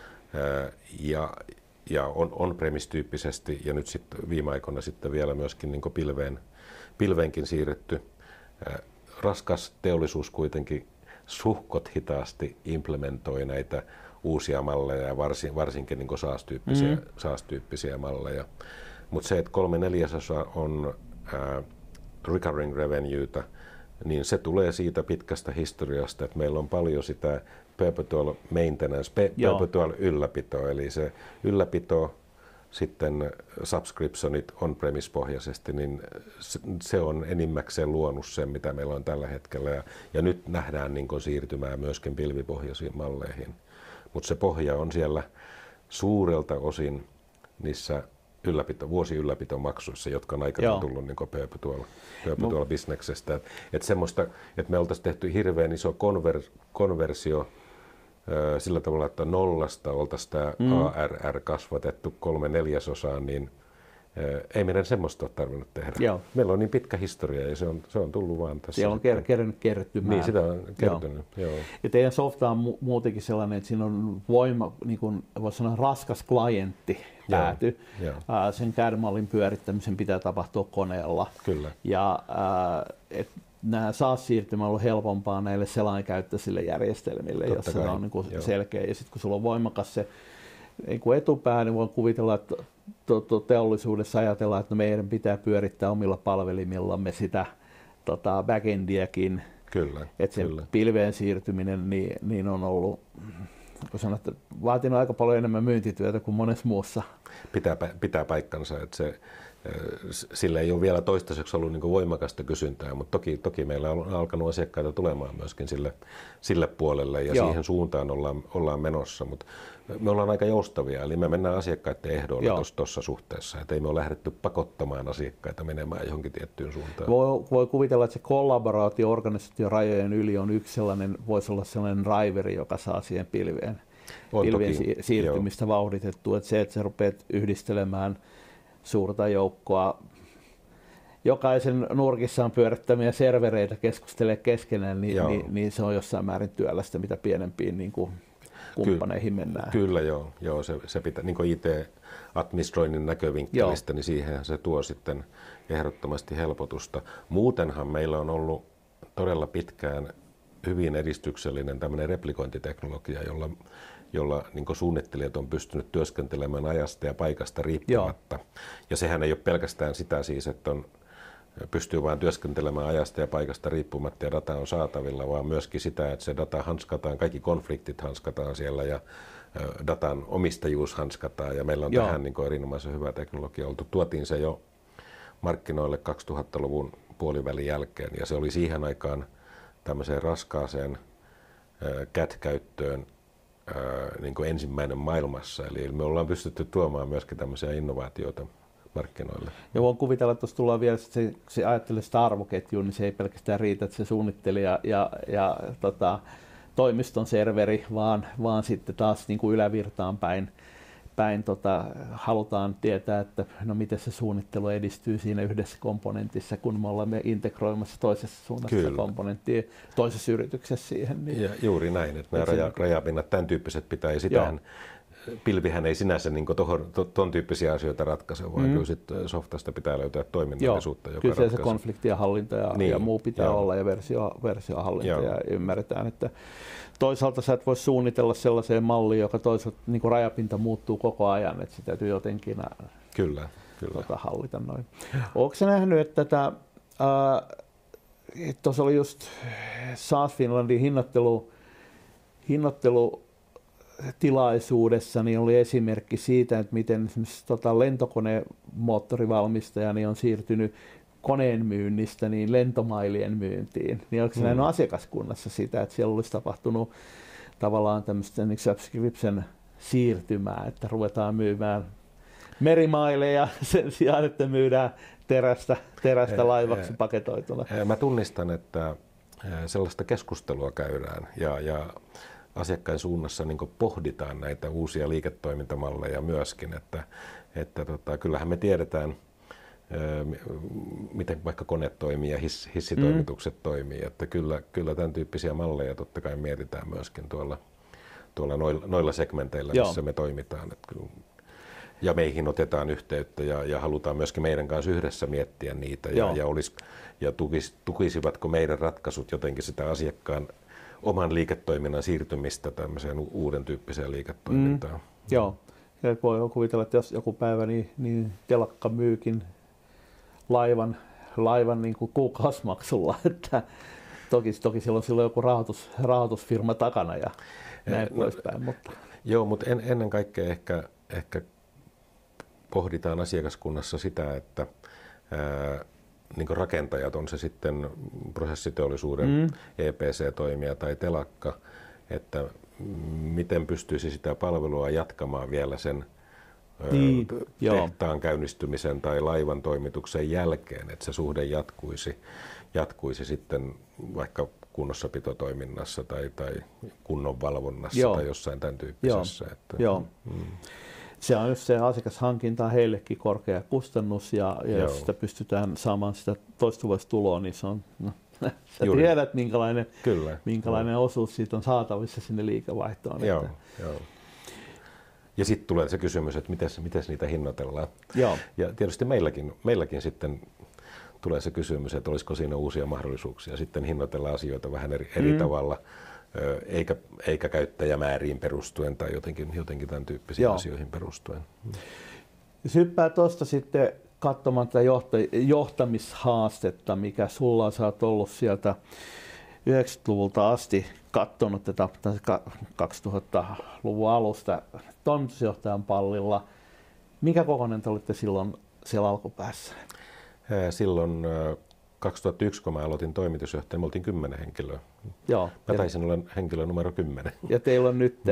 Ja on-premise-tyyppisesti ja nyt sitten viime aikoina sitten vielä myöskin niin kuin pilveenkin siirretty. Raskas teollisuus kuitenkin suhkot hitaasti implementoi näitä uusia malleja ja varsinkin niin kuin SaaS-tyyppisiä malleja. Mutta se, että 3/4 on recurring revenueta, niin se tulee siitä pitkästä historiasta, että meillä on paljon sitä perpetual maintenance, perpetual ylläpito, eli se ylläpito, sitten subscriptionit on-premise-pohjaisesti, niin se on enimmäkseen luonut sen, mitä meillä on tällä hetkellä. Ja nyt nähdään niin kuin siirtymää myöskin pilvipohjaisiin malleihin. Mutta se pohja on siellä suurelta osin niissä vuosi-ylläpitomaksuissa, jotka on aikanaan tullut niin perpetual bisneksestä. Että semmoista, että me oltaisiin tehty hirveän iso konversio sillä tavalla, että nollasta oltaisiin tämä ARR kasvatettu 3/4, niin ei meidän semmoista ole tarvinnut tehdä. Joo. Meillä on niin pitkä historia ja se on tullut vaan tässä. Siellä on kerännyt kertymään. Niin, sitä on kertynyt. Joo. Ja teidän softa on muutenkin sellainen, että siinä on niin kuin voisi sanoa, raskas klientti pääty. Sen CAD-mallin pyörittämisen pitää tapahtua koneella. Kyllä. Ja nämä SaaS-siirtymä on ollut helpompaa näille selainkäyttöisille järjestelmille, jossa se on niin kuin selkeä. Ja sitten kun sulla on voimakas se niin kuin etupää, niin voin kuvitella, että teollisuudessa ajatellaan, että meidän pitää pyörittää omilla palvelimillamme sitä backendiäkin. Kyllä. Että sen pilveen siirtyminen niin on ollut, kun sanot, että vaatinut aika paljon enemmän myyntityötä kuin monessa muussa. Pitää paikkansa, että sillä ei ole vielä toistaiseksi ollut niin kuin voimakasta kysyntää, mutta toki meillä on alkanut asiakkaita tulemaan myöskin sille puolelle ja siihen suuntaan ollaan menossa, mutta me ollaan aika joustavia, eli me mennään asiakkaiden ehdoilla tuossa suhteessa, että ei me ole lähdetty pakottamaan asiakkaita menemään johonkin tiettyyn suuntaan. Voi kuvitella, että se kollaboraatio organisaation rajojen yli on yksi sellainen, voisi olla sellainen driveri, joka saa siihen pilvien siirtymistä vauhditettua, että se, että sä rupeat yhdistelemään suurta joukkoa jokaisen nurkissaan pyörittämiä servereitä keskustelee keskenään, niin se on jossain määrin työlästä, mitä pienempiin niin kuin kumppaneihin mennään. Kyllä joo se pitää, niin kuin IT-administroinnin näkövinkkelistä, niin siihen se tuo sitten ehdottomasti helpotusta. Muutenhan meillä on ollut todella pitkään hyvin edistyksellinen tämmöinen replikointiteknologia, jolla niin suunnittelijat on pystynyt työskentelemään ajasta ja paikasta riippumatta. Ja sehän ei ole pelkästään sitä siis, että pystyy vain työskentelemään ajasta ja paikasta riippumatta ja data on saatavilla, vaan myöskin sitä, että se data hanskataan, kaikki konfliktit hanskataan siellä ja datan omistajuus hanskataan. Ja meillä on tähän niin erinomaisen hyvä teknologia oltu. Tuotiin se jo markkinoille 2000-luvun puolivälin jälkeen ja se oli siihen aikaan tämmöiseen raskaaseen CAD-käyttöön niin kuin ensimmäinen maailmassa. Eli me ollaan pystytty tuomaan myöskin tämmöisiä innovaatioita markkinoille. Ja voin kuvitella, että tuossa tullaan vielä, että se ajattelee sitä arvoketjua, niin se ei pelkästään riitä, että se suunnittelija ja toimiston serveri, vaan sitten taas niin kuin ylävirtaan päin halutaan tietää, että no miten se suunnittelu edistyy siinä yhdessä komponentissa, kun me olemme integroimassa toisessa suunnassa komponenttia toisessa yrityksessä siihen. Niin ja juuri näin, että nämä rajapinnat, tämän tyyppiset pitää, ja sitähän pilvihän ei sinänsä niin tuon tyyppisiä asioita ratkaise, vaan kyllä sitten softasta pitää löytää toiminnallisuutta, joka ratkaisee. Kyllä se konfliktien hallinta ja muu pitää olla ja versiohallinta ja ymmärretään, että toisaalta sä et voi suunnitella sellaiseen malliin, joka toisaalta niin kuin rajapinta muuttuu koko ajan, että se täytyy jotenkin hallita noin. Oletko sä nähnyt, että tuossa oli just SaaS Finlandin hinnoittelutilaisuudessa, niin oli esimerkki siitä, että miten esimerkiksi lentokonemoottorivalmistaja niin on siirtynyt koneen myynnistä niin lentomailien myyntiin. Niin oletko nähnyt asiakaskunnassa sitä, että siellä olisi tapahtunut tavallaan tämmöistä niin subscription siirtymää, että ruvetaan myymään merimaileja sen sijaan, että myydään terästä laivaksi paketoituna? Mä tunnistan, että sellaista keskustelua käydään ja asiakkain suunnassa niin kuin pohditaan näitä uusia liiketoimintamalleja myöskin, että kyllähän me tiedetään, miten vaikka kone toimii ja hissitoimitukset toimii, että kyllä tämän tyyppisiä malleja totta kai mietitään myöskin tuolla noilla segmenteillä, missä me toimitaan. Ja meihin otetaan yhteyttä ja halutaan myöskin meidän kanssa yhdessä miettiä niitä ja tukisivatko meidän ratkaisut jotenkin sitä asiakkaan oman liiketoiminnan siirtymistä tämmöiseen uuden tyyppiseen liiketoimintaan. Joo, ja voi kuvitella, että jos joku päivä niin telakka myykin laivan niin kuin kuukausimaksulla, että toki silloin joku rahoitusfirma takana ja näin poispäin. Mutta. Joo, mutta ennen kaikkea ehkä pohditaan asiakaskunnassa sitä, että niin kuin rakentajat, on se sitten prosessiteollisuuden EPC-toimija tai telakka, että miten pystyisi sitä palvelua jatkamaan vielä sen tehtaan käynnistymisen tai laivan toimituksen jälkeen, että se suhde jatkuisi sitten vaikka kunnossapitotoiminnassa tai kunnon valvonnassa tai jossain tämän tyyppisessä. Se on just se asiakashankinta on heillekin korkea kustannus ja jos sitä pystytään saamaan sitä toistuvasti tuloa, niin se on, sä tiedät minkälainen osuus siitä on saatavissa sinne liikevaihtoon. Joo. Ja sitten tulee se kysymys, että miten niitä hinnoitellaan. Ja tietysti meilläkin sitten tulee se kysymys, että olisiko siinä uusia mahdollisuuksia sitten hinnoitella asioita vähän eri tavalla, eikä käyttäjämääriin perustuen tai jotenkin tämän tyyppisiin asioihin perustuen. Jos hyppää tuosta sitten katsomaan tätä johtamishaastetta, mikä sulla on, sä oot ollut sieltä 90-luvulta asti katsonut tätä 2000-luvun alusta toimitusjohtajan pallilla. Mikä kokoinen te olitte silloin siellä alkupäässä? Silloin 2001, kun mä aloitin toimitusjohtajan, me oltiin 10 henkilöä. Mä taisin olla henkilö numero 10. Ja teillä on nyt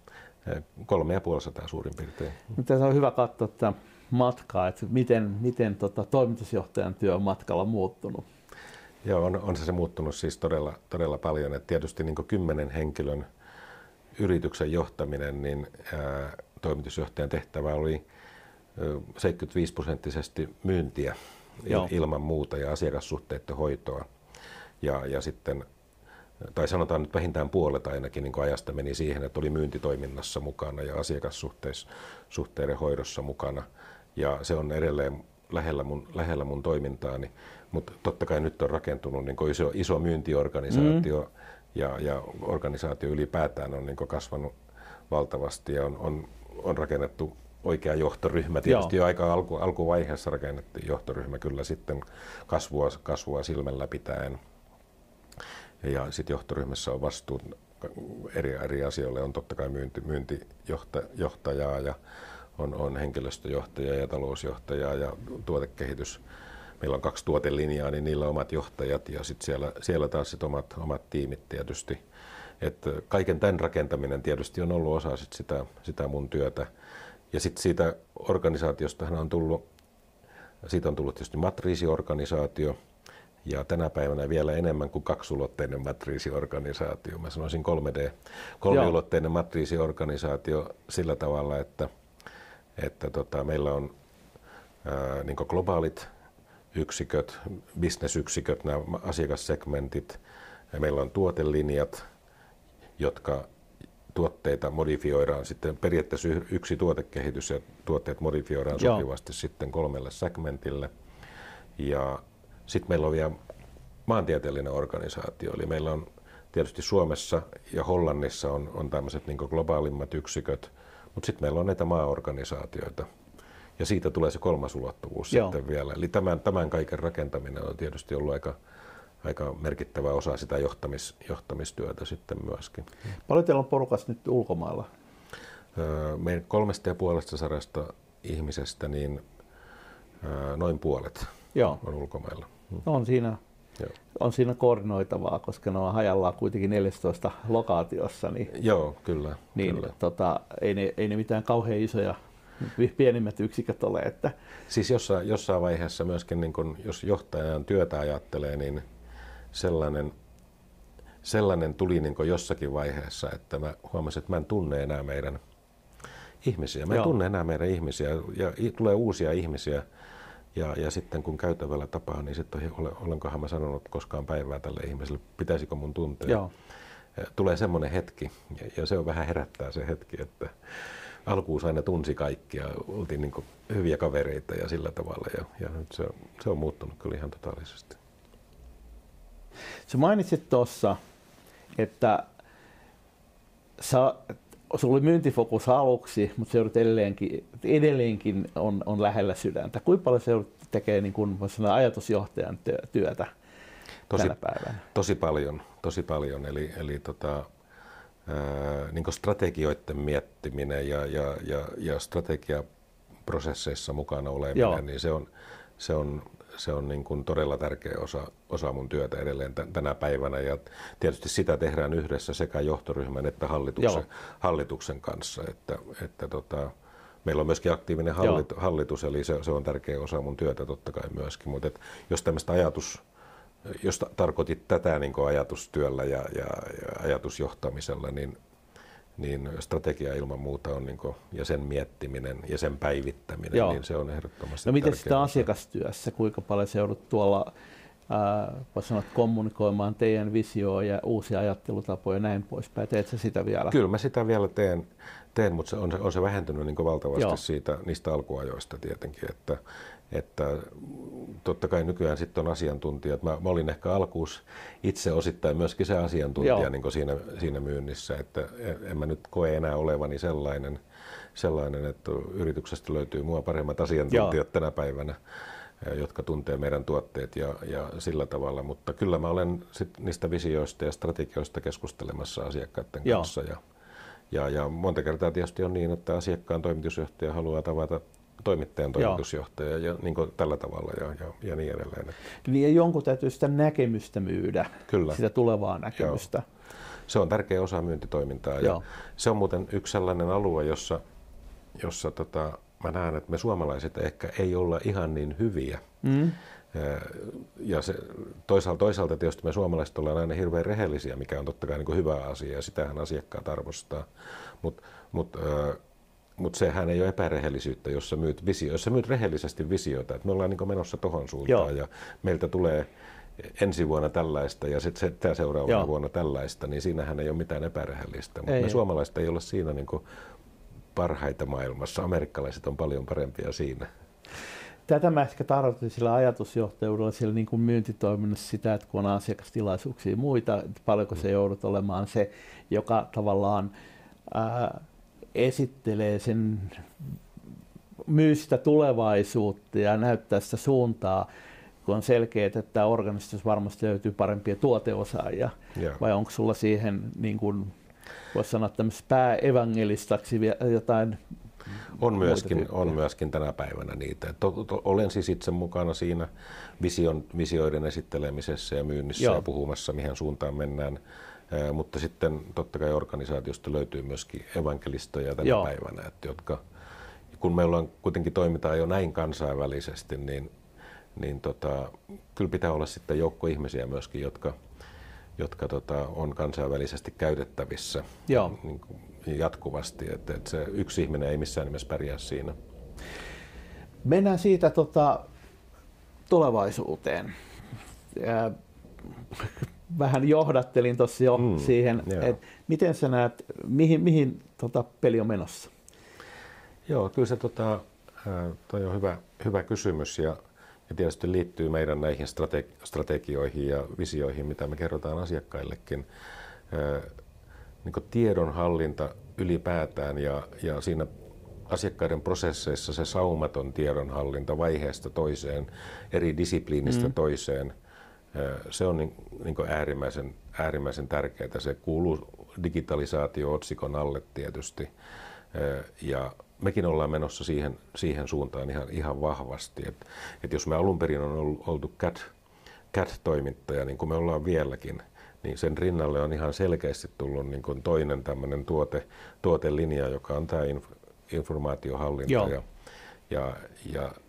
350 suurin piirtein. Tässä on hyvä katsoa tätä matkaa, että miten toimitusjohtajan työ on matkalla muuttunut. Joo, on se muuttunut siis todella paljon. Et tietysti niin kuin 10 henkilön yrityksen johtaminen, niin toimitusjohtajan tehtävä oli 75% myyntiä ilman muuta ja asiakassuhteiden hoitoa. Ja sitten, tai sanotaan nyt vähintään puolet ainakin niin kuin ajasta meni siihen, että oli myyntitoiminnassa mukana ja asiakassuhteiden hoidossa mukana. Ja se on edelleen lähellä mun toimintaani. Mutta totta kai nyt on rakentunut niin kuin iso myyntiorganisaatio ja organisaatio ylipäätään on niin kuin kasvanut valtavasti ja on rakennettu oikea johtoryhmä. Tietysti jo aika alkuvaiheessa rakennettiin johtoryhmä kyllä sitten kasvua silmällä pitäen. Ja sitten johtoryhmässä on vastuut eri asioille. On totta kai myyntijohtajaa ja on henkilöstöjohtaja ja talousjohtaja ja tuotekehitys. Meillä on 2 tuotelinjaa, niin niillä on omat johtajat ja sitten siellä taas sit omat tiimit tietysti. Et kaiken tämän rakentaminen tietysti on ollut osa sitä mun työtä. Ja sitten siitä organisaatiostahan on tullut tietysti matriisiorganisaatio ja tänä päivänä vielä enemmän kuin 2-ulotteinen matriisiorganisaatio. Mä sanoisin 3-ulotteinen matriisiorganisaatio sillä tavalla, että meillä on niin kuin globaalit yksiköt, bisnesyksiköt, nämä asiakassegmentit. Ja meillä on tuotelinjat, jotka tuotteita modifioidaan sitten periaatteessa yksi tuotekehitys ja tuotteet modifioidaan sopivasti sitten 3 segmentille. Ja sitten meillä on vielä maantieteellinen organisaatio, eli meillä on tietysti Suomessa ja Hollannissa on tämmöiset niin kuin globaalimmat yksiköt, mutta sitten meillä on näitä maaorganisaatioita. Ja siitä tulee se 3. ulottuvuus sitten vielä. Eli tämän kaiken rakentaminen on tietysti ollut aika merkittävä osa sitä johtamistyötä sitten myöskin. Paljon teillä on porukassa nyt ulkomailla? Meidän 350 ihmisestä niin noin puolet on ulkomailla. On siinä koordinoitavaa, koska ne on hajallaan kuitenkin 14 lokaatiossa. Niin, joo, kyllä. Ei ne mitään kauhean isoja pienimmät yksiköt ole. Että. Siis jossain vaiheessa myöskin, niin kun, jos johtajan työtä ajattelee, niin sellainen sellainen tuli niin kuin jossakin vaiheessa, että mä huomasin, että mä en tunne enää meidän ihmisiä. Mä en tunne enää meidän ihmisiä ja tulee uusia ihmisiä. Ja sitten kun käytävällä tapaa, niin sitten olenkohan mä sanonut koskaan päivää tälle ihmiselle, pitäisikö mun tuntea. Joo. Tulee semmoinen hetki, ja se on vähän herättää se hetki, että alkuun aina tunsi kaikkia, oltiin niin kuin hyviä kavereita ja sillä tavalla, ja nyt se on muuttunut kyllä ihan totaalisesti. Sä mainitsit tuossa, että sulla oli myyntifokus aluksi, mutta se joudut edelleenkin on lähellä sydäntä. Kuinka paljon se joudut tekemään niin kuin ajatusjohtajan työtä tänä päivänä? Tosi paljon. Eli niin kuin strategioiden miettiminen ja strategiaprosesseissa mukana oleminen, niin se on niin kuin todella tärkeä osa mun työtä edelleen tänä päivänä, ja tietysti sitä tehdään yhdessä sekä johtoryhmän että hallituksen kanssa, että meillä on myöskin aktiivinen hallitus, eli se on tärkeä osa mun työtä totta kai myöskin, mutta jos tämmöistä jos tarkoitit tätä niin kuin ajatustyöllä ja ajatusjohtamisella, niin strategia ilman muuta on, niin kuin, ja sen miettiminen ja sen päivittäminen, niin se on ehdottomasti tärkeää. No miten sitä asiakastyössä, kuinka paljon se joudut tuolla voisi sanoa, kommunikoimaan teidän visioa ja uusia ajattelutapoja ja näin poispäin? Teet sä sitä vielä? Kyllä mä sitä vielä teen, mutta on se vähentynyt niin kuin valtavasti niistä alkuajoista tietenkin, että totta kai nykyään sitten on asiantuntijat. Mä olin ehkä alkuus itse osittain myöskin se asiantuntija niin kuin siinä myynnissä, että en mä nyt koe enää olevani sellainen, että yrityksestä löytyy mua paremmat asiantuntijat tänä päivänä, jotka tuntee meidän tuotteet ja sillä tavalla, mutta kyllä mä olen sit niistä visioista ja strategioista keskustelemassa asiakkaiden kanssa ja monta kertaa tietysti on niin, että asiakkaan toimitusjohtaja haluaa tavata toimittajan toimitusjohtaja ja niin kuin tällä tavalla ja niin edelleen. Niin ja jonkun täytyy sitä näkemystä myydä, kyllä. Sitä tulevaa näkemystä. Joo. Se on tärkeä osa myyntitoimintaa ja se on muuten yksi sellainen alue, jossa mä näen, että me suomalaiset ehkä ei olla ihan niin hyviä. Ja toisaalta tietysti me suomalaiset ollaan aina hirveän rehellisiä, mikä on totta kai niin kuin hyvä asia ja sitähän asiakkaat arvostaa. Mutta sehän ei ole epärehellisyyttä, jos sä myyt rehellisesti visioita, että me ollaan niin menossa tohon suuntaan ja meiltä tulee ensi vuonna tällaista ja sitten seuraavana vuonna tällaista, niin siinähän ei ole mitään epärehellistä. Mutta me suomalaiset ei ole siinä niin parhaita maailmassa. Amerikkalaiset on paljon parempia siinä. Tätä mä ehkä tarkoitin sillä ajatusjohtajuudella siellä niin kuin myyntitoiminnassa sitä, että kun on asiakastilaisuuksia ja muita, paljonko se joudut olemaan se, joka tavallaan esittelee myy sitä tulevaisuutta ja näyttää sitä suuntaa, kun on selkeää, että organisaatiossa varmasti löytyy parempia tuoteosaajia. Vai onko sulla siihen, niin kuin voisi sanoa, tämmöisessä pääevangelistaksi jotain? On myöskin tänä päivänä niitä. Olen siis itse mukana siinä visioiden esittelemisessä ja myynnissä ja puhumassa, mihin suuntaan mennään. Mutta sitten totta kai organisaatiosta löytyy myöskin evankelistoja tänä päivänä, jotka, kun meillä kuitenkin toimitaan jo näin kansainvälisesti, niin kyllä pitää olla sitten joukko ihmisiä myöskin, jotka on kansainvälisesti käytettävissä niin jatkuvasti, että se yksi ihminen ei missään nimessä pärjää siinä. Mennään siitä tulevaisuuteen. Vähän johdattelin tuossa jo siihen, että miten sä näet, mihin peli on menossa? Joo, kyllä se toi on hyvä kysymys ja tietysti liittyy meidän näihin strategioihin ja visioihin, mitä me kerrotaan asiakkaillekin. Niin kuin tiedonhallinta ylipäätään ja siinä asiakkaiden prosesseissa se saumaton tiedonhallinta vaiheesta toiseen, eri disipliinistä toiseen, se on niin kuin äärimmäisen tärkeää. Se kuuluu digitalisaatio-otsikon alle tietysti ja mekin ollaan menossa siihen suuntaan ihan vahvasti. Et jos me alun perin on oltu CAD-toimittaja, niin kuin me ollaan vieläkin, niin sen rinnalle on ihan selkeästi tullut niin kuin toinen tämmöinen tuotelinja, joka on tämä informaatiohallinta. Ja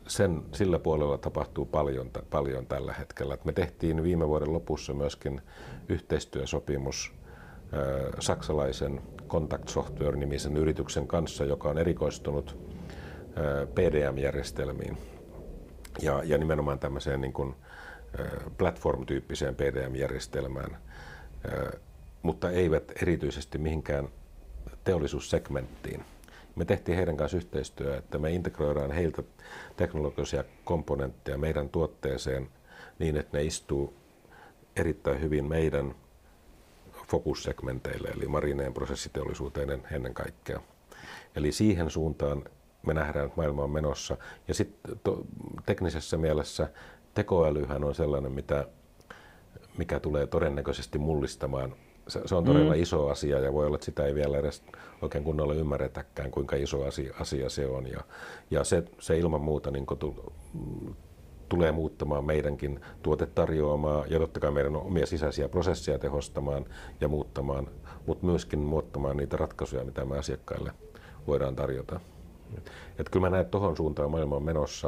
sillä puolella tapahtuu paljon tällä hetkellä. Me tehtiin viime vuoden lopussa myöskin yhteistyösopimus saksalaisen Contact Software-nimisen yrityksen kanssa, joka on erikoistunut PDM-järjestelmiin ja nimenomaan tämmöiseen niin kuin platform-tyyppiseen PDM-järjestelmään, mutta eivät erityisesti mihinkään teollisuussegmenttiin. Me tehtiin heidän kanssa yhteistyötä, että me integroidaan heiltä teknologisia komponentteja meidän tuotteeseen niin, että ne istuu erittäin hyvin meidän fokussegmenteille, eli marineen prosessiteollisuuteen ennen kaikkea. Eli siihen suuntaan me nähdään, että maailma on menossa. Ja sitten teknisessä mielessä tekoälyhän on sellainen, mikä tulee todennäköisesti mullistamaan. Se on todella iso asia ja voi olla, että sitä ei vielä edes oikein kunnolla ymmärretäkään, kuinka iso asia se on. Ja se ilman muuta niin tulee muuttamaan meidänkin tuotetarjoamaa ja totta kai meidän omia sisäisiä prosesseja tehostamaan ja muuttamaan, mutta myöskin muuttamaan niitä ratkaisuja, mitä me asiakkaille voidaan tarjota. Et kyllä mä näen, että tohon suuntaan maailma on menossa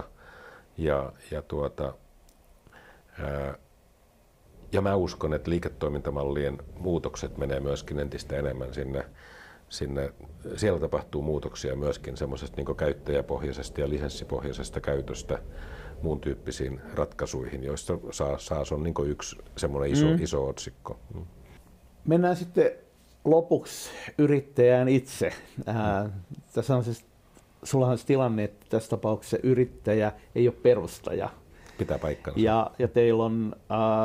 ja mä uskon, että liiketoimintamallien muutokset menee myöskin entistä enemmän sinne. Siellä tapahtuu muutoksia myöskin semmoisesta niin käyttäjäpohjaisesta ja lisenssipohjaisesta käytöstä muun tyyppisiin ratkaisuihin, joista SaaS on niin yksi semmoinen iso otsikko. Mennään sitten lopuksi yrittäjään itse. Tässä on siis, sulla on se tilanne, että tässä tapauksessa yrittäjä ei ole perustaja. Pitää paikkansa. Ja teillä on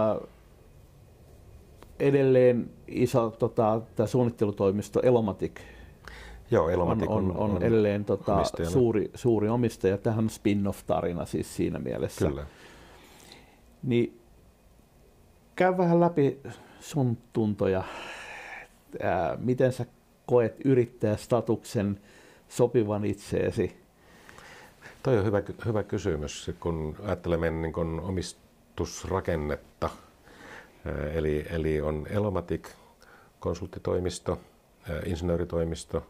edelleen iso tämä suunnittelutoimisto Elomatic. Joo, Elomatic on edelleen suuri omistaja. Tähän on spin-off-tarina siis siinä mielessä. Kyllä. Niin käy vähän läpi sun tuntoja. Miten sä koet yrittäjästatuksen sopivan itseesi? Toi on hyvä kysymys, kun ajattelemme niin kuin omistusrakennetta. Eli on Elomatic, konsulttitoimisto, insinööritoimisto,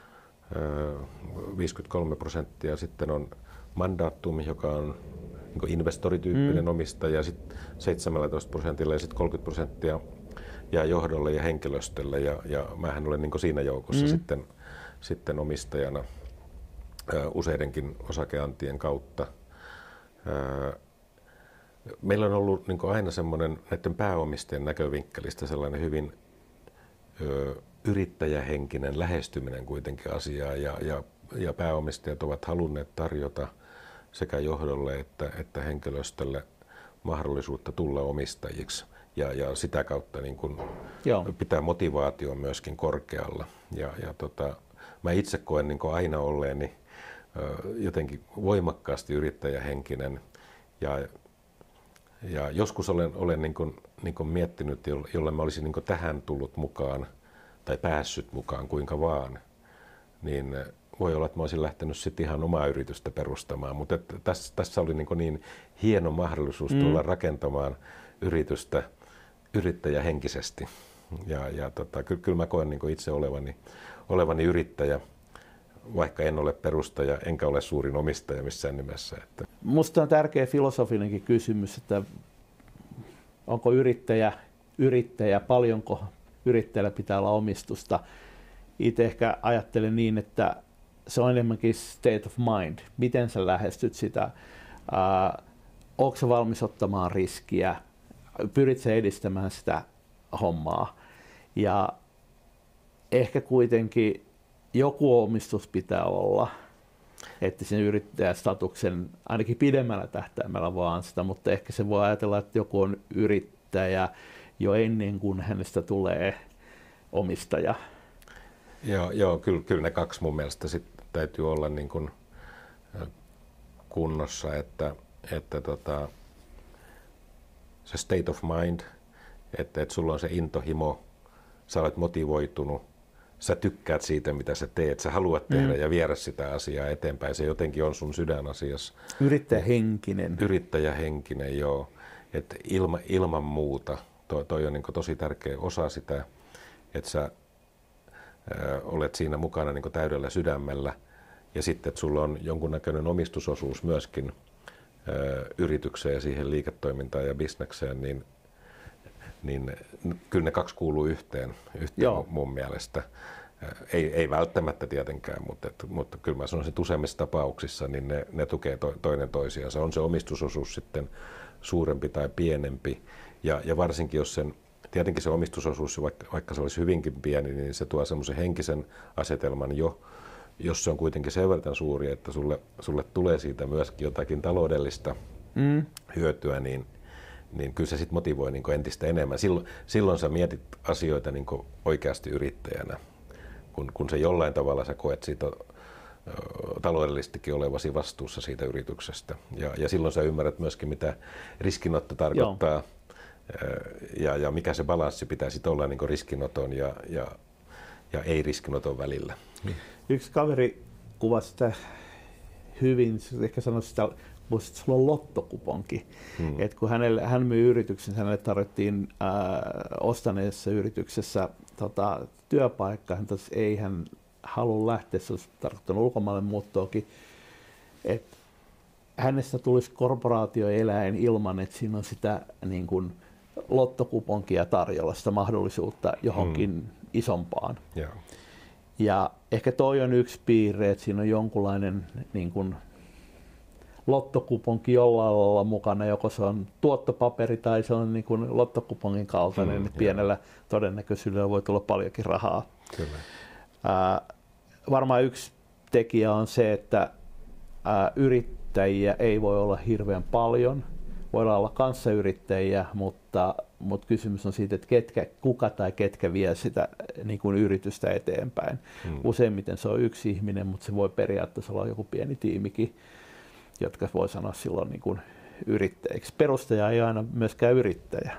53%, sitten on Mandatum, joka on niin investorityyppinen omistaja, sitten 17% ja sitten 30% jää johdolle ja henkilöstölle, ja mähän olen niin siinä joukossa sitten omistajana useidenkin osakeantien kautta. Meillä on ollut niin aina semmoinen näiden pääomistajien näkövinkkelistä sellainen hyvin yrittäjähenkinen lähestyminen kuitenkin asiaa, ja pääomistajat ovat halunneet tarjota sekä johdolle että henkilöstölle mahdollisuutta tulla omistajiksi ja sitä kautta niin kuin pitää motivaatio myöskin korkealla. Mä itse koen niin kuin aina olleeni jotenkin voimakkaasti yrittäjähenkinen ja joskus olen niin kuin miettinyt, jolle mä olisin niin kuin tähän tullut mukaan tai päässyt mukaan kuinka vaan, niin voi olla, että mä olisin lähtenyt sitten ihan omaa yritystä perustamaan, mutta tässä oli niin hieno mahdollisuus tulla rakentamaan yritystä yrittäjähenkisesti. Kyllä mä koen niin itse olevani yrittäjä, vaikka en ole perustaja enkä ole suurin omistaja missään nimessä. Musta on tärkeä filosofinenkin kysymys, että onko yrittäjä, paljonko yrittäjällä pitää olla omistusta. Itse ehkä ajattelen niin, että se on enemmänkin state of mind. Miten sä lähestyt sitä? Onko sä valmis ottamaan riskiä? Pyrit sä edistämään sitä hommaa? Ja ehkä kuitenkin joku omistus pitää olla, että sen yrittäjästatuksen ainakin pidemmällä tähtäimellä vaan sitä, mutta ehkä se voi ajatella, että joku on yrittäjä jo ennen kuin hänestä tulee omistaja. Joo, kyllä ne kaksi mun mielestä sit täytyy olla niin kuin kunnossa, että se state of mind, että sulla on se intohimo, sä olet motivoitunut, sä tykkäät siitä, mitä sä teet, sä haluat tehdä ja viedä sitä asiaa eteenpäin, se jotenkin on sun sydänasiassa. Yrittäjähenkinen, joo. Että ilman muuta, toi on niin kuin tosi tärkeä osa sitä, että sä olet siinä mukana niin kuin täydellä sydämellä ja sitten, että sulla on jonkunnäköinen omistusosuus myöskin yritykseen ja siihen liiketoimintaan ja bisnekseen, niin kyllä ne kaksi kuuluu yhteen mun mielestä. Ei välttämättä tietenkään, mutta kyllä mä sanoisin, että useimmissa tapauksissa niin ne tukee toinen toisiansa. On se omistusosuus sitten suurempi tai pienempi, ja varsinkin jos tietenkin se omistusosuus, vaikka se olisi hyvinkin pieni, niin se tuo semmoisen henkisen asetelman jos se on kuitenkin sen verran suuri, että sulle tulee siitä myöskin jotakin taloudellista hyötyä, niin kyllä se sitten motivoi niin entistä enemmän. Silloin sä mietit asioita niin oikeasti yrittäjänä, kun se jollain tavalla sä koet siitä taloudellisestikin olevasi vastuussa siitä yrityksestä. Ja silloin sä ymmärrät myöskin, mitä riskinotto tarkoittaa ja mikä se balanssi pitäisi olla niin riskinoton ja ei-riskinoton välillä. Yksi kaveri kuvasi sitä hyvin, ehkä sanoisi sitä, että sulla on lottokuponki. Et kun hän myi yrityksen, hänelle tarjottiin ostaneessa yrityksessä työpaikka, hän totesi, ei hän halua lähteä, se olisi tarkoittanut ulkomaille muuttoakin, että hänestä tulisi korporaatioeläin ilman, että siinä on sitä niin kuin lottokuponkia tarjolla, sitä mahdollisuutta johonkin isompaan. Yeah. Ja ehkä toi on yksi piirre, että siinä on jonkunlainen niin kuin lottokuponki jollain lailla mukana, joko se on tuottopaperi tai se on niin kuin lottokupongin kaltainen, niin pienellä todennäköisyydellä voi tulla paljonkin rahaa. Kyllä. Varmaan yksi tekijä on se, että yrittäjiä ei voi olla hirveän paljon. Voidaan olla kanssayrittäjiä, mutta kysymys on siitä, että kuka tai ketkä vie sitä niin kuin yritystä eteenpäin. Useimmiten se on yksi ihminen, mutta se voi periaatteessa olla joku pieni tiimikin, jotka voi sanoa silloin niin kuin yrittäjiksi. Perustaja ei aina myöskään yrittäjä.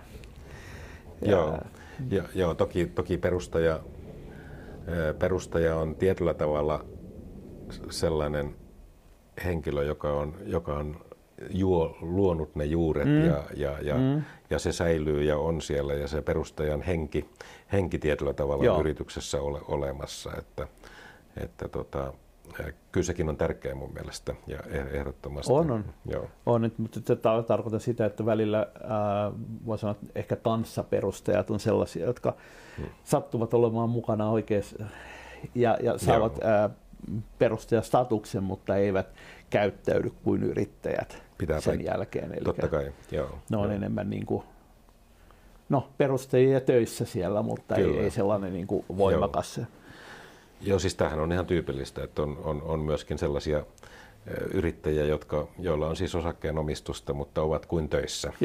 Joo, toki perustaja on tietyllä tavalla sellainen henkilö, joka on luonut ne juuret ja se säilyy ja on siellä ja se perustajan henki tietyllä tavalla on yrityksessä olemassa, että kyllä sekin on tärkeä mun mielestä ja ehdottomasti. On, mutta tarkoitan sitä, että välillä voi sanoa, että ehkä kanssaperustajat on sellaisia, jotka sattuvat olemaan mukana oikeassa ja saavat perustajastatuksen, mutta eivät käyttäydy kuin yrittäjät sen jälkeen. Eli totta kai, ne on enemmän niin kuin, perustajia töissä siellä, mutta ei sellainen niin kuin voimakas. Joo, siis tämähän on ihan tyypillistä, että on myöskin sellaisia yrittäjiä, joilla on siis osakkeenomistusta, mutta ovat kuin töissä.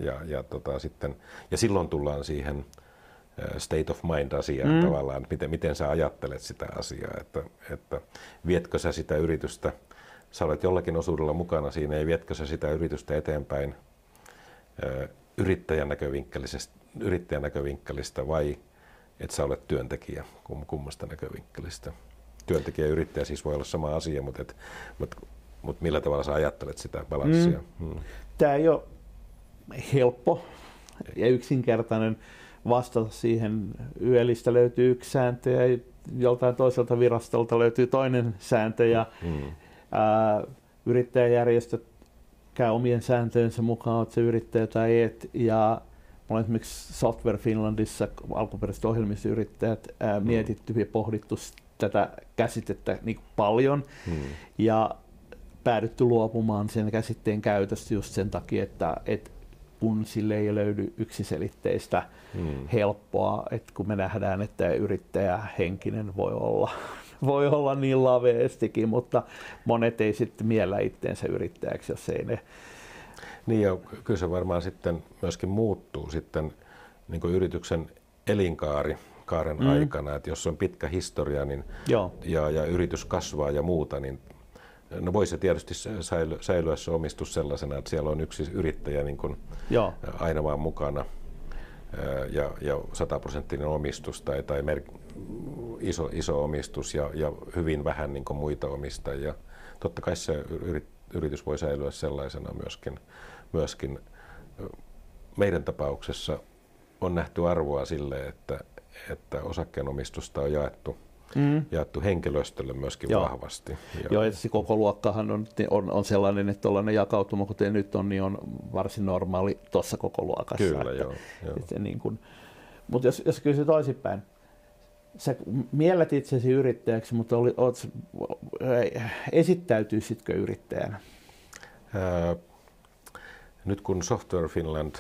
Ja silloin tullaan siihen state of mind-asiaan tavallaan, miten sä ajattelet sitä asiaa, että vietkö sä sitä yritystä, sä olet jollakin osuudella mukana siinä, ei vietkö sä sitä yritystä eteenpäin yrittäjän näkövinkkelistä vai että sä olet työntekijä, kummasta näkövinkkelistä. Työntekijä ja yrittäjä siis voi olla sama asia, mutta millä tavalla sä ajattelet sitä balanssia? Tämä ei ole helppo ja yksinkertainen vastata siihen. YEListä löytyy yksi sääntö ja joltain toiselta virastolta löytyy toinen sääntö ja yrittäjäjärjestöt käy omien sääntöjensä mukaan, että se yrittäjä tai et. Ja olen esimerkiksi Software Finlandissa alkuperäiset ohjelmistoyrittäjät mietitty ja pohdittu tätä käsitettä niin paljon ja päädytty luopumaan sen käsitteen käytöstä just sen takia, että kun sille ei löydy yksiselitteistä helppoa, että kun me nähdään, että yrittäjähenkinen voi olla niin laveestikin, mutta monet ei sitten miellä itteensä yrittäjäksi, jos ei ne. Niin ja kyllä se varmaan sitten myöskin muuttuu sitten niin kuin yrityksen elinkaaren aikana, että jos on pitkä historia niin, ja yritys kasvaa ja muuta, niin voi se tietysti säilyä se omistus sellaisena, että siellä on yksi yrittäjä niin kuin aina vaan mukana ja 100% omistus tai iso omistus ja hyvin vähän niin kuin muita omistajia. Totta kai se yritys voi säilyä sellaisena myöskin. Meidän tapauksessa on nähty arvoa sille, että osakkeenomistusta on jaettu jaettu henkilöstölle myöskin vahvasti. Joo, ja se koko luokkahan on sellainen, että tuollainen jakautuma, kuten nyt on, niin on varsin normaali tuossa koko luokassa. Kyllä, joo. Niin kuin, mutta jos kysyy toisinpäin, sä miellet itsesi yrittäjäksi, mutta esittäytyisitkö yrittäjänä? Nyt kun Software Finland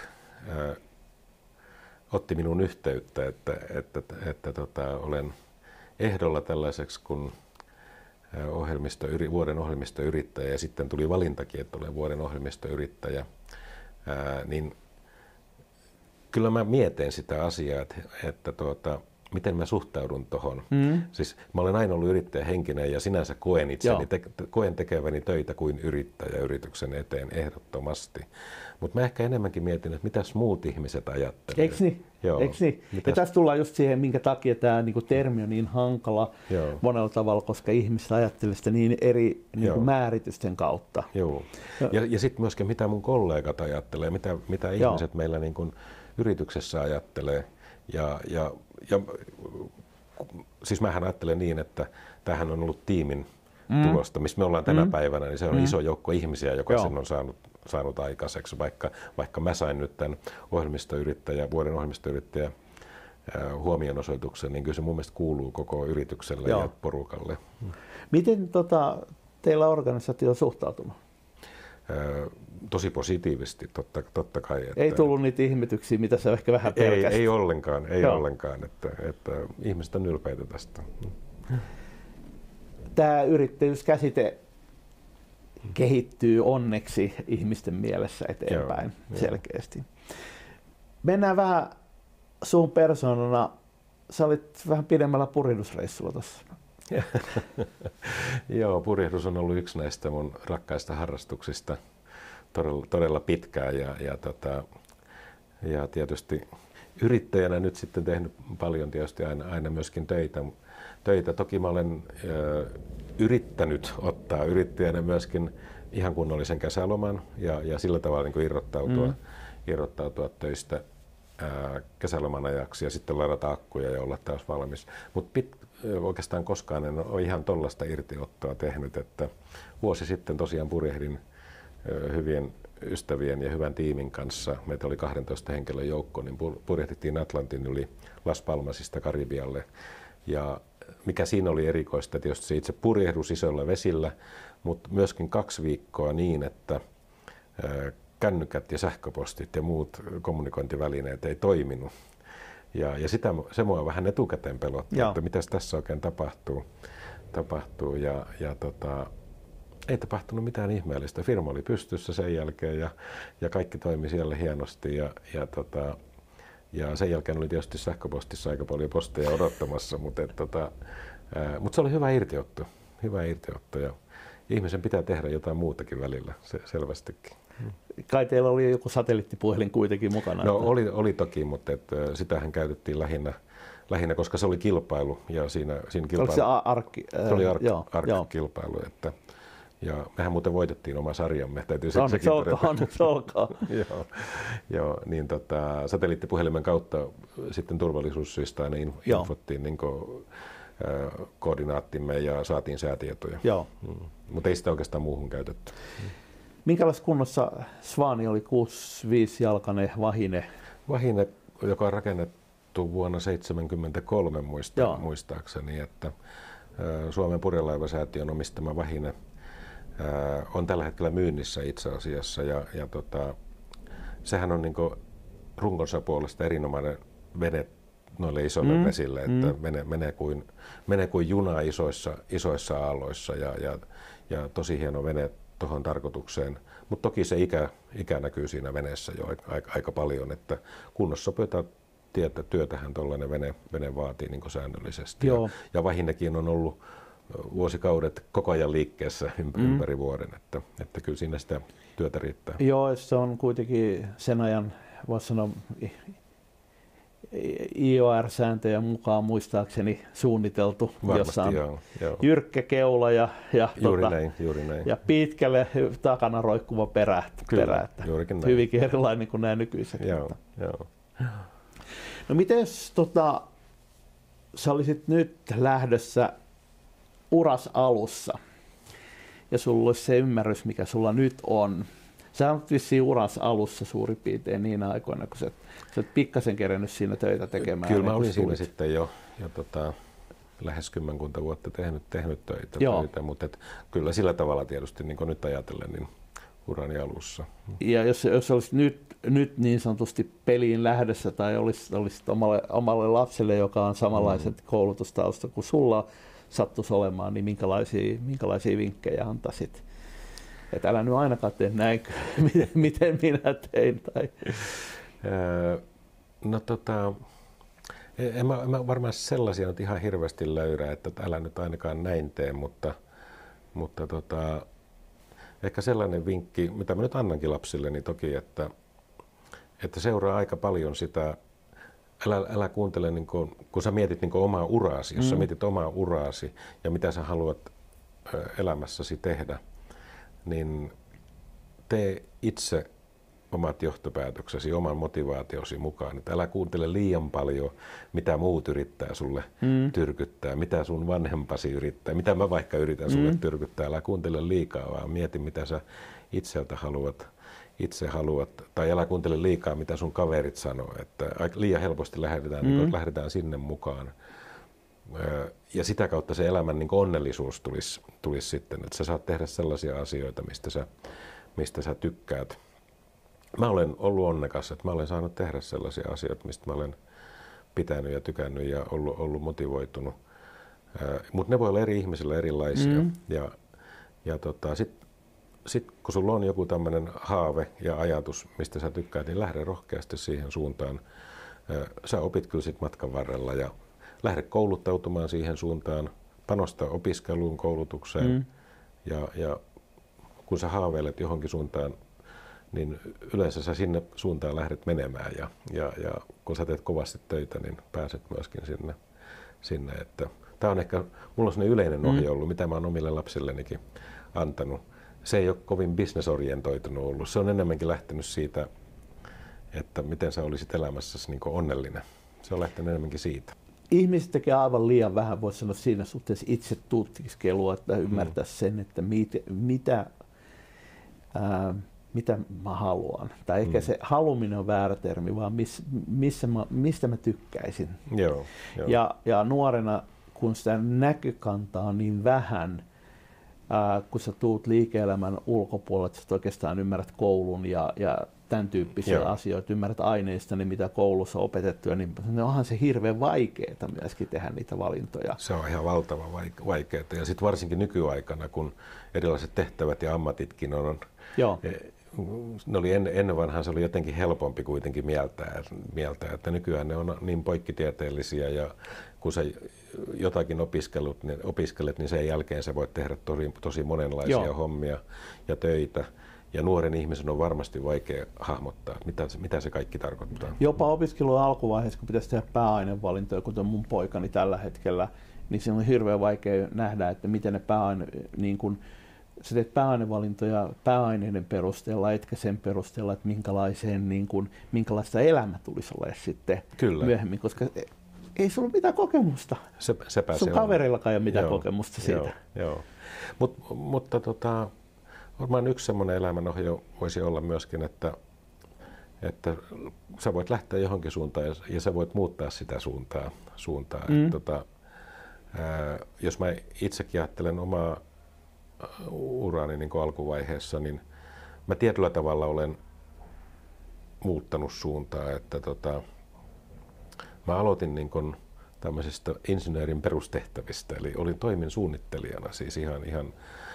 otti minun yhteyttä, että olen ehdolla tällaiseksi kuin vuoden ohjelmistoyrittäjä ja sitten tuli valintakin, että olen vuoden ohjelmistoyrittäjä, niin kyllä mä mietin sitä asiaa, että miten mä suhtaudun tuohon. Siis mä olen aina ollut yrittäjähenkinen ja sinänsä koen itseni, koen tekeväni töitä kuin yrittäjä yrityksen eteen ehdottomasti. Mutta mä ehkä enemmänkin mietin, että mitäs muut ihmiset ajattelevat. Eikö niin? Ja tässä tullaan just siihen, minkä takia tämä termi on niin hankala monella tavalla, koska ihmiset ajattelee sitä niin eri määritysten kautta. Joo. Ja sitten myöskin mitä mun kollegat ajattelee, mitä ihmiset meillä niin kun yrityksessä ajattelee. Ja siis mähän ajattelen niin, että tämähän on ollut tiimin tulosta, missä me ollaan tänä päivänä, niin se on iso joukko ihmisiä, joka sen on saanut aikaiseksi, vaikka mä sain nyt tämän vuoden ohjelmistoyrittäjä huomionosoituksen, niin kyllä se mun mielestä kuuluu koko yritykselle ja porukalle. Miten teillä organisaatio on suhtautunut? Tosi positiivisesti, totta kai. Että ei tullut niitä ihmetyksiä, mitä sä ehkä vähän pelkäsit? Ei ollenkaan, että ihmiset on ylpeitä tästä. Tämä yrittäjyyskäsite kehittyy onneksi ihmisten mielessä eteenpäin selkeästi. Mennään vähän sun persoonana. Sä olit vähän pidemmällä purjehdusreissulla tuossa. Joo, purjehdus on ollut yksi näistä mun rakkaista harrastuksista todella pitkään ja tietysti yrittäjänä nyt sitten tehnyt paljon tietysti aina myöskin töitä. Toki mä olen yrittänyt ottaa yrittäjänä myöskin ihan kunnollisen kesäloman ja sillä tavalla niin kuin irrottautua töistä kesäloman ajaksi ja sitten ladata akkuja ja olla taas valmis. Mutta oikeastaan koskaan en ole ihan tollaista irtiottoa tehnyt, että vuosi sitten tosiaan purjehdin hyvien ystävien ja hyvän tiimin kanssa. Meitä oli 12 henkilön joukko, niin purjehdittiin Atlantin yli Las Palmasista Karibialle. Ja mikä siinä oli erikoista, tietysti se itse purjehdus isoilla vesillä, mutta myöskin 2 viikkoa niin, että kännykät ja sähköpostit ja muut kommunikointivälineet ei toiminut. Ja se mua vähän etukäteen pelotti, että mitäs tässä oikein tapahtuu. Ei tapahtunut mitään ihmeellistä. Firma oli pystyssä sen jälkeen ja kaikki toimi siellä hienosti. Ja sen jälkeen oli tietysti sähköpostissa aika paljon posteja odottamassa, mutta se oli hyvä irtiotto. Ja ihmisen pitää tehdä jotain muutakin välillä, selvästikin. Kai teillä oli joku satelliittipuhelin kuitenkin mukana? No oli toki, mutta sitähän käytettiin lähinnä, koska se oli kilpailu. Ja siinä kilpailu, oliko se ARC-kilpailu. Ja mehän muuten voitettiin oma sarjamme. Onneksi olkaa. Joo, niin satelliittipuhelimen kautta sitten turvallisuussyistä aina infottiin niin koordinaattimme ja saatiin säätietoja. Mutta ei sitä oikeastaan muuhun käytetty. Minkälaisessa kunnossa Svaani oli 65-jalkainen vahine? Vahine, joka on rakennettu vuonna 1973 muistaakseni, että Suomen purjelaivasäätiön omistama vahine on tällä hetkellä myynnissä itse asiassa ja sehän on niin kuin runkonsa puolesta erinomainen vene noille isoille vesille, että menee kuin juna isoissa aalloissa ja tosi hieno vene tuohon tarkoitukseen, mutta toki se ikä näkyy siinä veneessä jo aika paljon, että kunnossapitoa työtähän tuollainen vene vaatii niin kuin säännöllisesti. Ja vahinekin on ollut vuosikaudet koko ajan liikkeessä ympäri vuoden, että kyllä siinä sitä työtä riittää. Joo, se on kuitenkin sen ajan, voisi sanoa, IOR-sääntöjä mukaan muistaakseni suunniteltu, jossa on jyrkkä keula ja juuri näin. Ja pitkälle takana roikkuva perä. Hyvinkin erilainen kuin nämä nykyiset. Joo. No miten jos sä olisit nyt lähdössä uras alussa ja sulla olisi se ymmärrys, mikä sulla nyt on. Sä olet vissiin uras alussa suurin piirtein niin aikoina, kun sä oot pikkasen kerennyt siinä töitä tekemään. Kyllä mä olin siinä sitten jo lähes 10 vuotta tehnyt töitä, mutta kyllä sillä tavalla tietysti niin kuin nyt ajatellen, niin urani alussa. Ja jos olisit nyt niin sanotusti peliin lähdössä tai olisit omalle lapselle, joka on samanlaiset koulutustausta kuin sulla sattuisi olemaan, niin minkälaisia vinkkejä antaisit? Että älä nyt ainakaan tee näin, miten minä tein. Tai. En mä varmaan sellaisia nyt ihan hirveästi löydä, että älä nyt ainakaan näin tee, mutta ehkä sellainen vinkki, mitä mä nyt annankin lapsilleni toki, että seuraa aika paljon sitä, älä kuuntele, niin kun sä mietit niin omaa uraasi, jos sä mietit omaa uraasi ja mitä sä haluat elämässäsi tehdä, niin tee itse omat johtopäätöksesi, oman motivaatiosi mukaan. Että älä kuuntele liian paljon, mitä muut yrittää sulle tyrkyttää, mitä sun vanhempasi yrittää, mitä mä vaikka yritän sulle tyrkyttää. Älä kuuntele liikaa, vaan mieti, mitä sä itseltä itse haluat. Tai älä kuuntele liikaa, mitä sun kaverit sanoo. Että liian helposti lähdetään sinne mukaan. Ja sitä kautta se elämän niin onnellisuus tulisi sitten, että sä saat tehdä sellaisia asioita, mistä sä tykkäät. Mä olen ollut onnekas, että mä olen saanut tehdä sellaisia asioita, mistä mä olen pitänyt ja tykännyt ja ollut motivoitunut. Mutta ne voi olla eri ihmisillä erilaisia. Ja sit kun sulla on joku tämmöinen haave ja ajatus, mistä sä tykkäät, niin lähde rohkeasti siihen suuntaan. Sä opit kyllä sit matkan varrella ja lähde kouluttautumaan siihen suuntaan, panosta opiskeluun, koulutukseen ja kun sä haaveilet johonkin suuntaan, niin yleensä sä sinne suuntaan lähdet menemään ja kun sä teet kovasti töitä, niin pääset myöskin sinne. Että tää on ehkä, mulla on sellainen yleinen ohje ollut, mitä mä oon omille lapsillenikin antanut. Se ei ole kovin business-orientoitunut ollut, se on enemmänkin lähtenyt siitä, että miten sä olisit elämässäsi niin kuin onnellinen. Se on lähtenyt enemmänkin siitä. Ihmiset tekee aivan liian vähän, voisi sanoa siinä suhteessa itse tutkiskelua, että ymmärtää sen, että mitä mä haluan. Tai ehkä se haluminen on väärä termi, vaan mistä mä tykkäisin. Joo. Ja nuorena, kun sitä näkökantaa on niin vähän, kun sä tuut liike-elämän ulkopuolelle, että sä oikeastaan ymmärrät koulun ja tämän tyyppisiä asioita, ymmärrät aineista, niin mitä koulussa on opetettu, niin onhan se hirveän vaikeaa myöskin tehdä niitä valintoja. Se on ihan valtavan vaikeaa. Ja sitten varsinkin nykyaikana, kun erilaiset tehtävät ja ammatitkin on, ne oli ennen vanhaan se oli jotenkin helpompi kuitenkin mieltää, että nykyään ne on niin poikkitieteellisiä ja kun sä jotakin opiskelet, niin sen jälkeen sä voit tehdä tosi monenlaisia hommia ja töitä. Ja nuoren ihmisen on varmasti vaikea hahmottaa, mitä se kaikki tarkoittaa. Jopa opiskelun alkuvaiheessa, kun pitäisi tehdä pääainevalintoja, kuten mun poikani tällä hetkellä, niin se on hirveän vaikea nähdä, että miten ne sä teet pääainevalintoja pääaineiden perusteella, etkä sen perusteella, että minkälaista elämä tulisi olla sitten myöhemmin, koska ei sulla ole mitään kokemusta. Sun kaverillakaan ei ole mitään kokemusta siitä. Joo. Mutta varmaan yksi semmoinen elämänohje voisi olla myöskin, että sä voit lähteä johonkin suuntaan ja sä voit muuttaa sitä suuntaa. Jos mä itsekin ajattelen omaa uraani niin kuin alkuvaiheessa, niin mä tietyllä tavalla olen muuttanut suuntaa. Että mä aloitin niin kuin tämmöisistä insinöörin perustehtävistä, eli toimin suunnittelijana siis ihan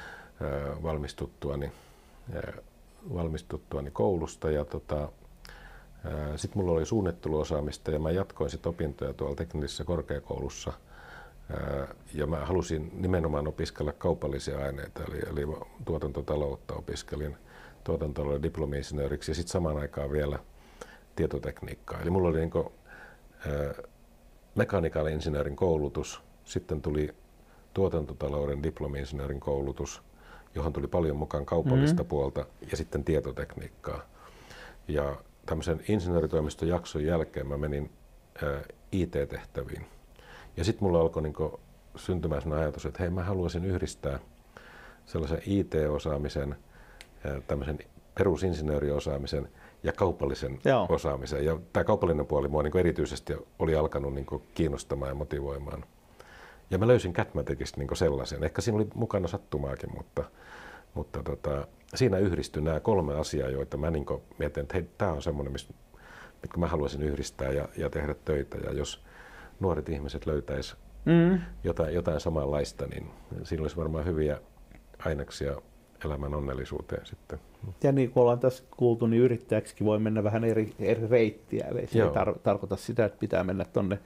valmistuttuani koulusta ja sitten mulla oli suunnitteluosaamista ja mä jatkoin sit opintoja tuolla teknisessä korkeakoulussa ja mä halusin nimenomaan opiskella kaupallisia aineita eli tuotantotaloutta opiskelin tuotantotalouden diplomi-insinööriksi ja sitten samaan aikaan vielä tietotekniikkaa. Eli mulla oli niinku mekaanikaali insinöörin koulutus, sitten tuli tuotantotalouden diplomi-insinöörin koulutus, johon tuli paljon mukaan kaupallista puolta ja sitten tietotekniikkaa. Ja tämmöisen insinööritoimiston jakson jälkeen mä menin IT-tehtäviin. Ja sitten mulla alkoi niin syntymään sellainen ajatus, että hei, mä haluaisin yhdistää sellaisen IT-osaamisen, tämmöisen perusinsinööriosaamisen ja kaupallisen osaamisen. Ja tämä kaupallinen puoli mua niin erityisesti oli alkanut niin kiinnostamaan ja motivoimaan. Ja mä löysin Catmaticista niin sellaisen. Ehkä siinä oli mukana sattumaakin, mutta siinä yhdistyi nämä 3 asiaa, joita mä niin mietin, että hei, tämä on semmoinen, mitkä mä haluaisin yhdistää ja tehdä töitä. Ja jos nuoret ihmiset löytäisi jotain samanlaista, niin siinä olisi varmaan hyviä aineksia elämän onnellisuuteen sitten. Ja niin kuin ollaan tässä kuultu, niin yrittäjäksikin voi mennä vähän eri reittiä. Eli se ei tarkoita sitä, että pitää mennä tuonne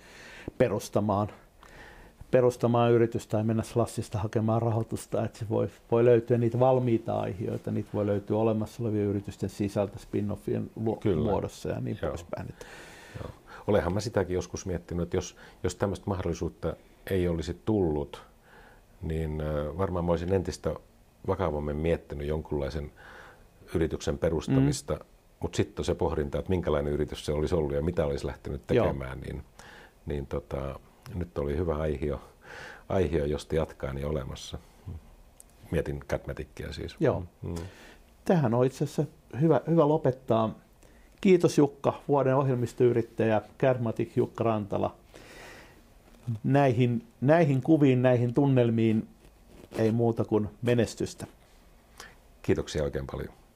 perustamaan yritystä tai mennä Slushista hakemaan rahoitusta. Että se voi löytyä niitä valmiita aiheita, niitä voi löytyä olemassa olevien yritysten sisältä spin-offien muodossa ja niin poispäin. Olenhan mä sitäkin joskus miettinyt, että jos tämmöistä mahdollisuutta ei olisi tullut, niin varmaan mä olisin entistä vakavammin miettinyt jonkunlaisen yrityksen perustamista, mutta sitten se pohdinta, että minkälainen yritys se olisi ollut ja mitä olisi lähtenyt tekemään, niin nyt oli hyvä aihio, josta jatkaa, niin olemassa. Mietin Catmaticia siis. Joo. Tähän on itse asiassa hyvä lopettaa. Kiitos Jukka, vuoden ohjelmistoyrittäjä, Catmatic Jukka Rantala. Näihin kuviin, näihin tunnelmiin ei muuta kuin menestystä. Kiitoksia oikein paljon.